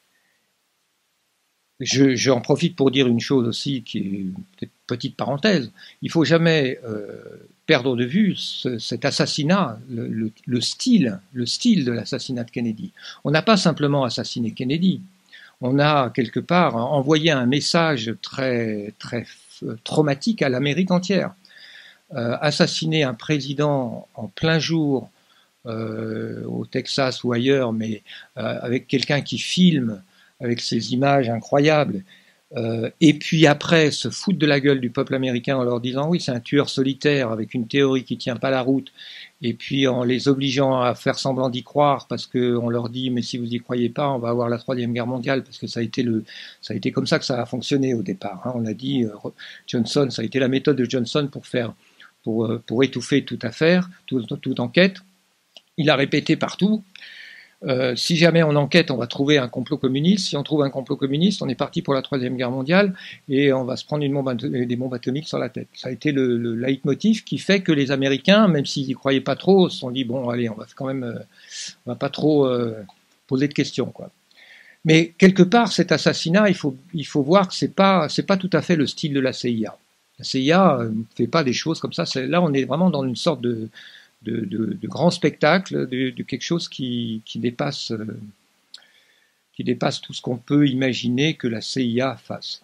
Je, j'en profite pour dire une chose aussi qui est une petite parenthèse. Il ne faut jamais euh, perdre de vue ce, cet assassinat, le, le, le style, le style de l'assassinat de Kennedy. On n'a pas simplement assassiné Kennedy. On a quelque part envoyé un message très, très traumatique à l'Amérique entière. Euh, assassiner un président en plein jour euh, au Texas ou ailleurs, mais euh, avec quelqu'un qui filme avec ces images incroyables, euh, et puis après se foutre de la gueule du peuple américain en leur disant oui c'est un tueur solitaire avec une théorie qui tient pas la route, et puis en les obligeant à faire semblant d'y croire parce qu'on leur dit mais si vous y croyez pas on va avoir la troisième guerre mondiale, parce que ça a été le, ça a été comme ça que ça a fonctionné au départ. Hein. On a dit euh, Johnson, ça a été la méthode de Johnson pour faire, pour euh, pour étouffer toute affaire, toute, toute enquête. Il a répété partout. Euh, si jamais on enquête, on va trouver un complot communiste. Si on trouve un complot communiste, on est parti pour la troisième guerre mondiale et on va se prendre une bombe, des bombes atomiques sur la tête. Ça a été le, le leitmotiv qui fait que les Américains, même s'ils y croyaient pas trop, se sont dit bon, allez, on va quand même, euh, on va pas trop euh, poser de questions, quoi. Mais quelque part, cet assassinat, il faut, il faut voir que c'est pas, c'est pas tout à fait le style de la C I A. La C I A ne fait pas des choses comme ça. C'est, là, on est vraiment dans une sorte de De, de, de grands spectacles, de, de quelque chose qui, qui, dépasse, euh, qui dépasse tout ce qu'on peut imaginer que la C I A fasse.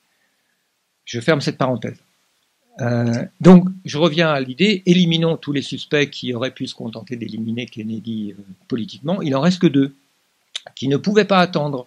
Je ferme cette parenthèse. Euh, donc, je reviens à l'idée, éliminons tous les suspects qui auraient pu se contenter d'éliminer Kennedy euh, politiquement. Il en reste que deux, qui ne pouvaient pas attendre.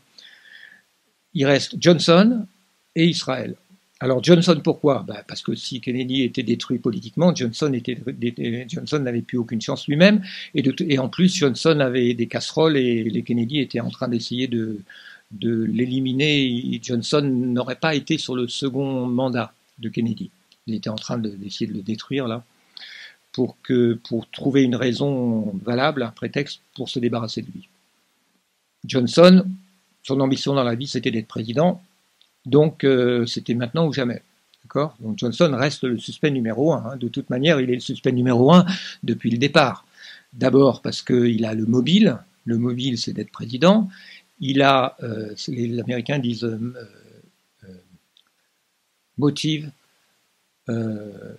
Il reste Johnson et Israël. Alors Johnson, pourquoi? Ben parce que si Kennedy était détruit politiquement, Johnson, était, Johnson n'avait plus aucune chance lui-même, et, de, et en plus Johnson avait des casseroles et les Kennedy étaient en train d'essayer de, de l'éliminer. Johnson n'aurait pas été sur le second mandat de Kennedy. Il était en train de, d'essayer de le détruire là, pour, que, pour trouver une raison valable, un prétexte pour se débarrasser de lui. Johnson, son ambition dans la vie, c'était d'être président. Donc, euh, c'était maintenant ou jamais. D'accord ? Donc, Johnson reste le suspect numéro un. Hein. De toute manière, il est le suspect numéro un depuis le départ. D'abord parce qu'il a le mobile. Le mobile, c'est d'être président. Il a, euh, les Américains disent euh, euh, motive, euh,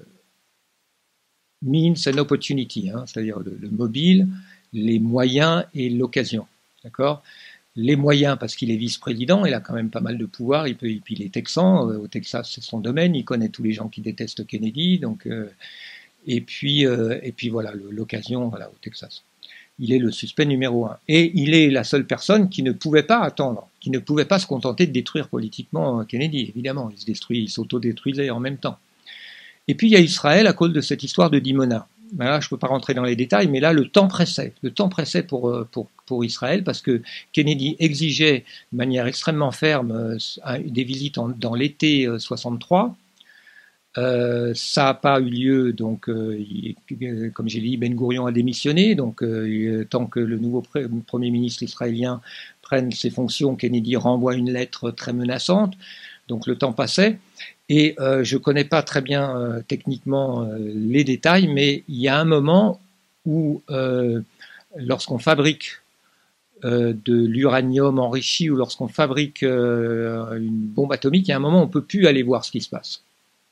means and opportunity. Hein, c'est-à-dire le, le mobile, les moyens et l'occasion. d'accord? Les moyens, parce qu'il est vice-président, il a quand même pas mal de pouvoir, il peut, et puis il est texan, euh, au Texas c'est son domaine, il connaît tous les gens qui détestent Kennedy, donc, euh, et, puis, euh, et puis voilà, l'occasion, voilà, au Texas. Il est le suspect numéro un. Et il est la seule personne qui ne pouvait pas attendre, qui ne pouvait pas se contenter de détruire politiquement Kennedy, évidemment, il se détruit, il s'auto-détruisait en même temps. Et puis il y a Israël à cause de cette histoire de Dimona. Ben là, je ne peux pas rentrer dans les détails, mais là, le temps pressait. Le temps pressait pour, pour, pour Israël parce que Kennedy exigeait de manière extrêmement ferme des visites en, dans l'été soixante-trois. Euh, ça n'a pas eu lieu, donc, euh, il, comme j'ai dit, Ben Gourion a démissionné. Donc, euh, tant que le nouveau Premier ministre israélien prenne ses fonctions, Kennedy renvoie une lettre très menaçante. Donc, le temps passait. Et euh, je ne connais pas très bien euh, techniquement euh, les détails, mais il y a un moment où, euh, lorsqu'on fabrique euh, de l'uranium enrichi ou lorsqu'on fabrique euh, une bombe atomique, il y a un moment où on ne peut plus aller voir ce qui se passe. D'accord ?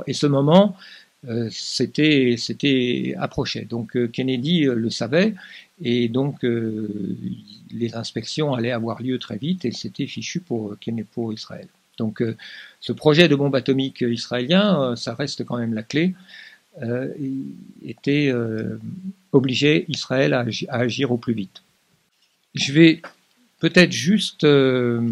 Et ce moment, euh, c'était, c'était approché. Donc euh, Kennedy euh, le savait, et donc euh, les inspections allaient avoir lieu très vite, et c'était fichu pour, pour Israël. Donc euh, ce projet de bombe atomique israélien, euh, ça reste quand même la clé, euh, était euh, obligé Israël à, à agir au plus vite. Je vais peut-être juste euh,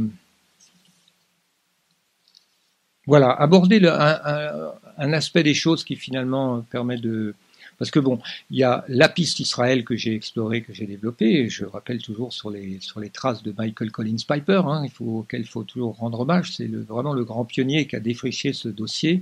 voilà, aborder le, un, un, un aspect des choses qui finalement permet de... Parce que bon, il y a la piste Israël que j'ai explorée, que j'ai développée, et je rappelle toujours sur les, sur les traces de Michael Collins Piper, hein, il faut, auquel il faut toujours rendre hommage, c'est le, vraiment le grand pionnier qui a défriché ce dossier.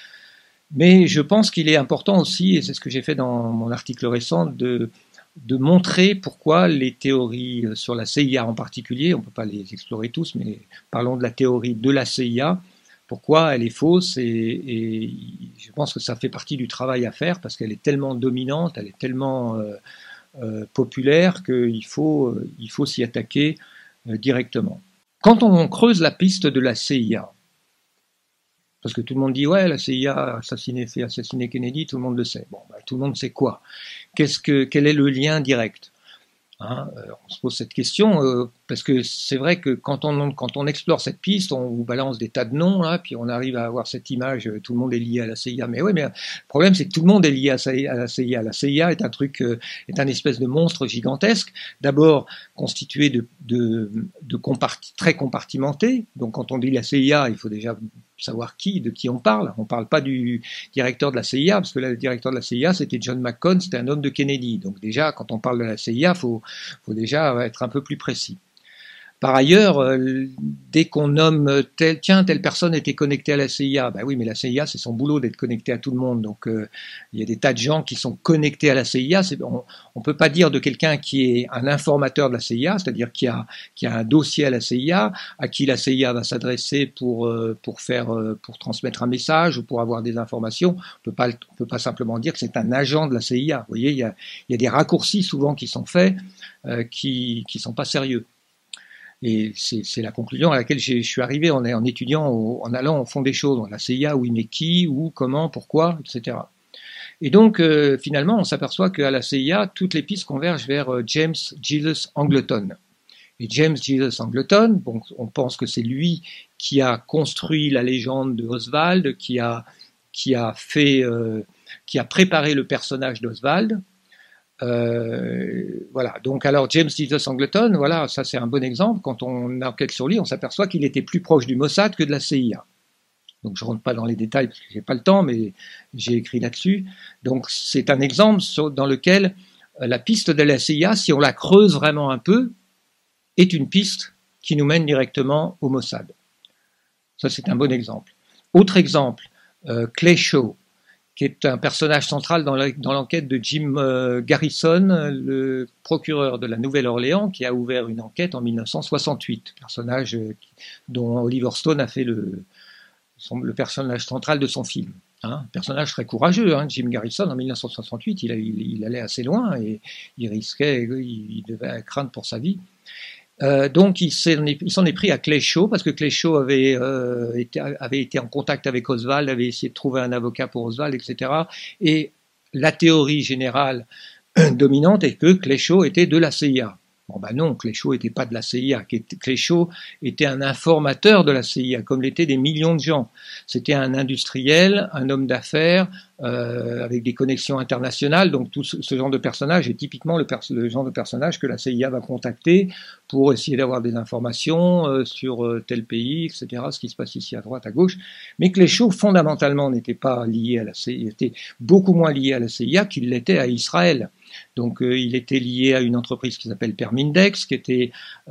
Mais je pense qu'il est important aussi, et c'est ce que j'ai fait dans mon article récent, de, de montrer pourquoi les théories sur la C I A en particulier, on ne peut pas les explorer tous, mais parlons de la théorie de la C I A, pourquoi elle est fausse, et, et je pense que ça fait partie du travail à faire parce qu'elle est tellement dominante, elle est tellement euh, euh, populaire qu'il faut, euh, il faut s'y attaquer euh, directement. Quand on creuse la piste de la C I A, parce que tout le monde dit ouais, la C I A a assassiné, fait assassiner Kennedy, tout le monde le sait. Bon, bah, tout le monde sait quoi ? Qu'est-ce que, quel est le lien direct ? Hein, euh, on se pose cette question euh, parce que c'est vrai que quand on, quand on explore cette piste, on vous balance des tas de noms, là, puis on arrive à avoir cette image, euh, tout le monde est lié à la C I A. Mais oui, mais le problème c'est que tout le monde est lié à, à la C I A. La C I A est un truc, euh, est un espèce de monstre gigantesque, d'abord constitué de, de, de comparti, très compartimenté. Donc quand on dit la C I A, il faut déjà savoir qui, de qui on parle. On ne parle pas du directeur de la C I A, parce que le directeur de la C I A, c'était John McCone, c'était un homme de Kennedy. Donc déjà, quand on parle de la C I A, il faut, faut déjà être un peu plus précis. Par ailleurs, euh, dès qu'on nomme tel, tiens, telle personne était connectée à la C I A, ben oui, mais la C I A, c'est son boulot d'être connecté à tout le monde. Donc, euh, il y a des tas de gens qui sont connectés à la C I A. On ne peut pas dire de quelqu'un qui est un informateur de la C I A, c'est-à-dire qui a, qui a un dossier à la C I A, à qui la C I A va s'adresser pour, euh, pour faire, euh, pour transmettre un message ou pour avoir des informations. On peut pas, on peut pas simplement dire que c'est un agent de la C I A. Vous voyez, il y a, il y a des raccourcis souvent qui sont faits, euh, qui, qui sont pas sérieux. Et c'est la conclusion à laquelle je suis arrivé en, en étudiant, au, en allant au fond des choses. La C I A, oui, mais qui, où, comment, pourquoi, et cetera. Et donc, euh, finalement, on s'aperçoit qu'à la C I A, toutes les pistes convergent vers euh, James Jesus Angleton. Et James Jesus Angleton, bon, on pense que c'est lui qui a construit la légende de Oswald, qui a, qui a fait, euh, qui a préparé le personnage d'Oswald. Euh, voilà. Donc, alors James Jesus Angleton, voilà, ça c'est un bon exemple. Quand on enquête sur lui, on s'aperçoit qu'il était plus proche du Mossad que de la C I A. Donc, je rentre pas dans les détails parce que j'ai pas le temps, mais j'ai écrit là-dessus. Donc, c'est un exemple dans lequel la piste de la C I A, si on la creuse vraiment un peu, est une piste qui nous mène directement au Mossad. Ça, c'est un bon exemple. Autre exemple, euh, Clay Shaw, qui est un personnage central dans l'enquête de Jim euh, Garrison, le procureur de la Nouvelle-Orléans, qui a ouvert une enquête en mille neuf cent soixante-huit, personnage euh, dont Oliver Stone a fait le, son, le personnage central de son film. Hein, personnage très courageux, hein, Jim Garrison, en mille neuf cent soixante-huit, il, a, il, il allait assez loin et il risquait, il, il devait craindre pour sa vie. Euh, donc il s'en est, est pris à Clay Shaw parce que Clay Shaw avait, euh, été, avait été en contact avec Oswald, avait essayé de trouver un avocat pour Oswald, et cetera. Et la théorie générale dominante est que Clay Shaw était de la C I A. Bon ben non, Cléchot n'était pas de la C I A. Cléchot était un informateur de la C I A, comme l'étaient des millions de gens. C'était un industriel, un homme d'affaires, euh, avec des connexions internationales. Donc tout ce, ce genre de personnage est typiquement le, le genre de personnage que la C I A va contacter pour essayer d'avoir des informations euh, sur euh, tel pays, et cetera, ce qui se passe ici à droite, à gauche. Mais Cléchot, fondamentalement, n'était pas lié à la C I A, était beaucoup moins lié à la C I A qu'il l'était à Israël. Donc euh, il était lié à une entreprise qui s'appelle Permindex, qui était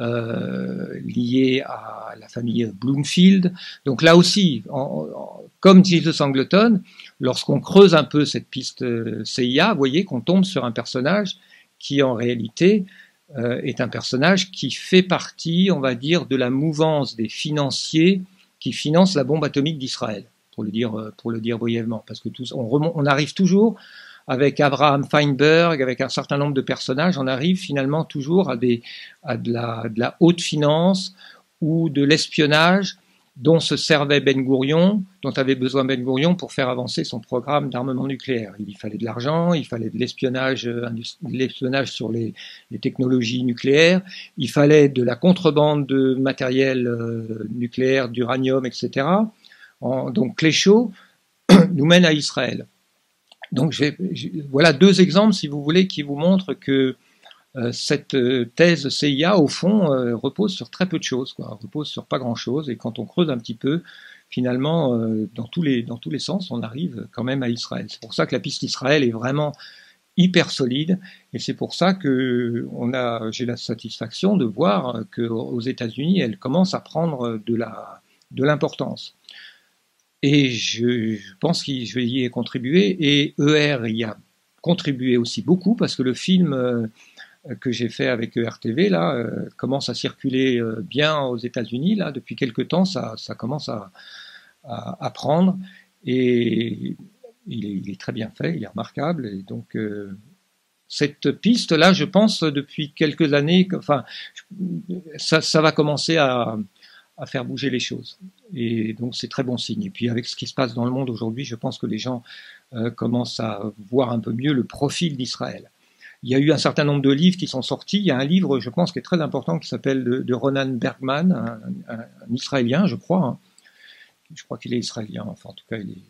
euh, liée à la famille Bloomfield. Donc là aussi, en, en, comme Jesus Angleton, lorsqu'on creuse un peu cette piste euh, C I A, vous voyez qu'on tombe sur un personnage qui en réalité euh, est un personnage qui fait partie, on va dire, de la mouvance des financiers qui financent la bombe atomique d'Israël, pour le dire, pour le dire brièvement, parce que tous, on, remonte, on arrive toujours avec Abraham Feinberg, avec un certain nombre de personnages, on arrive finalement toujours à, des, à de, la, de la haute finance ou de l'espionnage dont se servait Ben Gourion, dont avait besoin Ben Gourion pour faire avancer son programme d'armement nucléaire. Il fallait de l'argent, il fallait de l'espionnage, de l'espionnage sur les, les technologies nucléaires, il fallait de la contrebande de matériel euh, nucléaire, d'uranium, et cetera. En, donc Cléchot nous mène à Israël. Donc j'ai, j'ai, voilà deux exemples, si vous voulez, qui vous montrent que euh, cette thèse C I A, au fond, euh, repose sur très peu de choses, quoi, repose sur pas grand-chose. Et quand on creuse un petit peu, finalement, euh, dans tous les dans tous les sens, on arrive quand même à Israël. C'est pour ça que la piste Israël est vraiment hyper solide, et c'est pour ça que on a, j'ai la satisfaction de voir qu'aux États-Unis, elle commence à prendre de la de l'importance. Et je, je pense que je vais y contribuer, et E R y a contribué aussi beaucoup, parce que le film euh, que j'ai fait avec E R T V là euh, commence à circuler euh, bien aux États-Unis là depuis quelque temps, ça, ça commence à, à, à prendre, et il est, il est très bien fait, il est remarquable, et donc euh, cette piste là, je pense depuis quelques années, enfin ça, ça va commencer à à faire bouger les choses. Et donc c'est très bon signe. Et puis avec ce qui se passe dans le monde aujourd'hui, je pense que les gens euh, commencent à voir un peu mieux le profil d'Israël. Il y a eu un certain nombre de livres qui sont sortis. Il y a un livre, je pense, qui est très important, qui s'appelle de, de Ronan Bergman, un, un, un Israélien, je crois. Hein. Je crois qu'il est israélien, enfin en tout cas il est...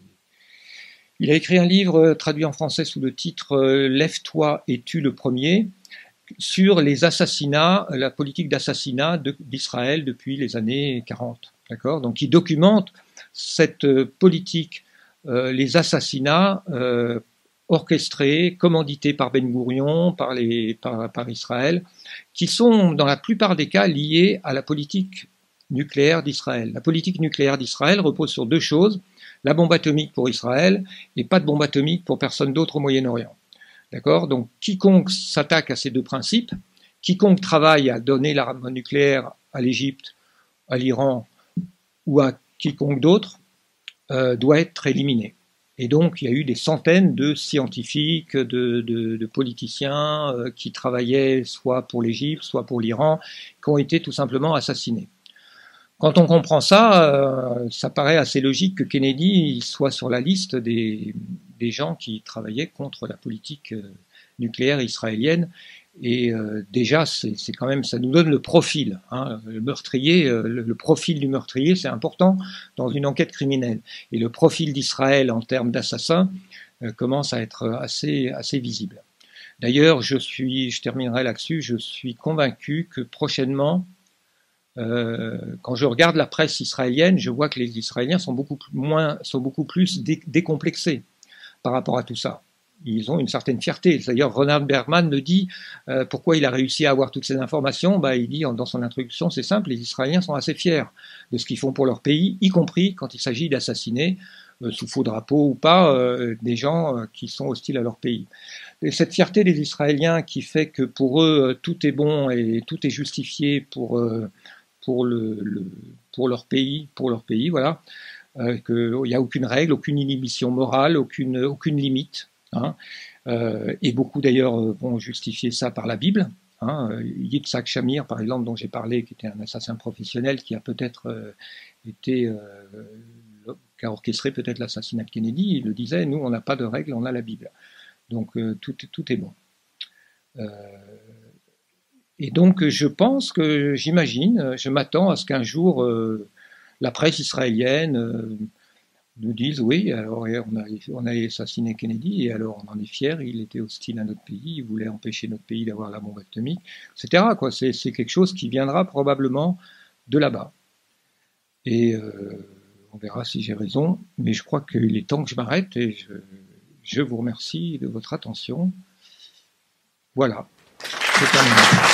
Il a écrit un livre traduit en français sous le titre euh, « Lève-toi et tue le premier », sur les assassinats, la politique d'assassinat de, d'Israël depuis les années quarante. D'accord ? Donc il documente cette politique, euh, les assassinats euh, orchestrés, commandités par Ben Gourion, par, les, par, par Israël, qui sont dans la plupart des cas liés à la politique nucléaire d'Israël. La politique nucléaire d'Israël repose sur deux choses, la bombe atomique pour Israël et pas de bombe atomique pour personne d'autre au Moyen-Orient. D'accord ? Donc, quiconque s'attaque à ces deux principes, quiconque travaille à donner l'arme nucléaire à l'Égypte, à l'Iran ou à quiconque d'autre, euh, doit être éliminé. Et donc, il y a eu des centaines de scientifiques, de, de, de politiciens euh, qui travaillaient soit pour l'Égypte, soit pour l'Iran, qui ont été tout simplement assassinés. Quand on comprend ça, euh, ça paraît assez logique que Kennedy soit sur la liste des, des gens qui travaillaient contre la politique euh, nucléaire israélienne. Et euh, déjà, c'est, c'est quand même, ça nous donne le profil. Hein, le meurtrier, euh, le, le profil du meurtrier, c'est important dans une enquête criminelle. Et le profil d'Israël en termes d'assassins euh, commence à être assez, assez visible. D'ailleurs, je suis, je terminerai là-dessus, je suis convaincu que prochainement, Euh, quand je regarde la presse israélienne, je vois que les Israéliens sont beaucoup plus, moins, sont beaucoup plus dé, décomplexés par rapport à tout ça. Ils ont une certaine fierté. D'ailleurs, Ronald Bergman me dit euh, pourquoi il a réussi à avoir toutes ces informations. Bah, il dit dans son introduction, c'est simple, les Israéliens sont assez fiers de ce qu'ils font pour leur pays, y compris quand il s'agit d'assassiner, euh, sous faux drapeau ou pas, euh, des gens euh, qui sont hostiles à leur pays. Et cette fierté des Israéliens qui fait que pour eux, tout est bon et tout est justifié pour... Euh, pour le, le pour leur pays, pour leur pays, voilà, euh, qu'il n'y a aucune règle, aucune inhibition morale, aucune aucune limite, hein, euh, et beaucoup d'ailleurs vont justifier ça par la Bible. Hein, Yitzhak Shamir, par exemple, dont j'ai parlé, qui était un assassin professionnel, qui a peut-être euh, été, euh, qui a orchestré peut-être l'assassinat de Kennedy, il le disait, nous on n'a pas de règle, on a la Bible, donc euh, tout tout est bon. Euh, Et donc, je pense que, j'imagine, je m'attends à ce qu'un jour, euh, la presse israélienne euh, nous dise, oui, alors on a, on a assassiné Kennedy, et alors on en est fier, il était hostile à notre pays, il voulait empêcher notre pays d'avoir la bombe atomique, et cetera, quoi. C'est, c'est quelque chose qui viendra probablement de là-bas. Et euh, on verra si j'ai raison, mais je crois qu'il est temps que je m'arrête, et je, je vous remercie de votre attention. Voilà, c'est terminé.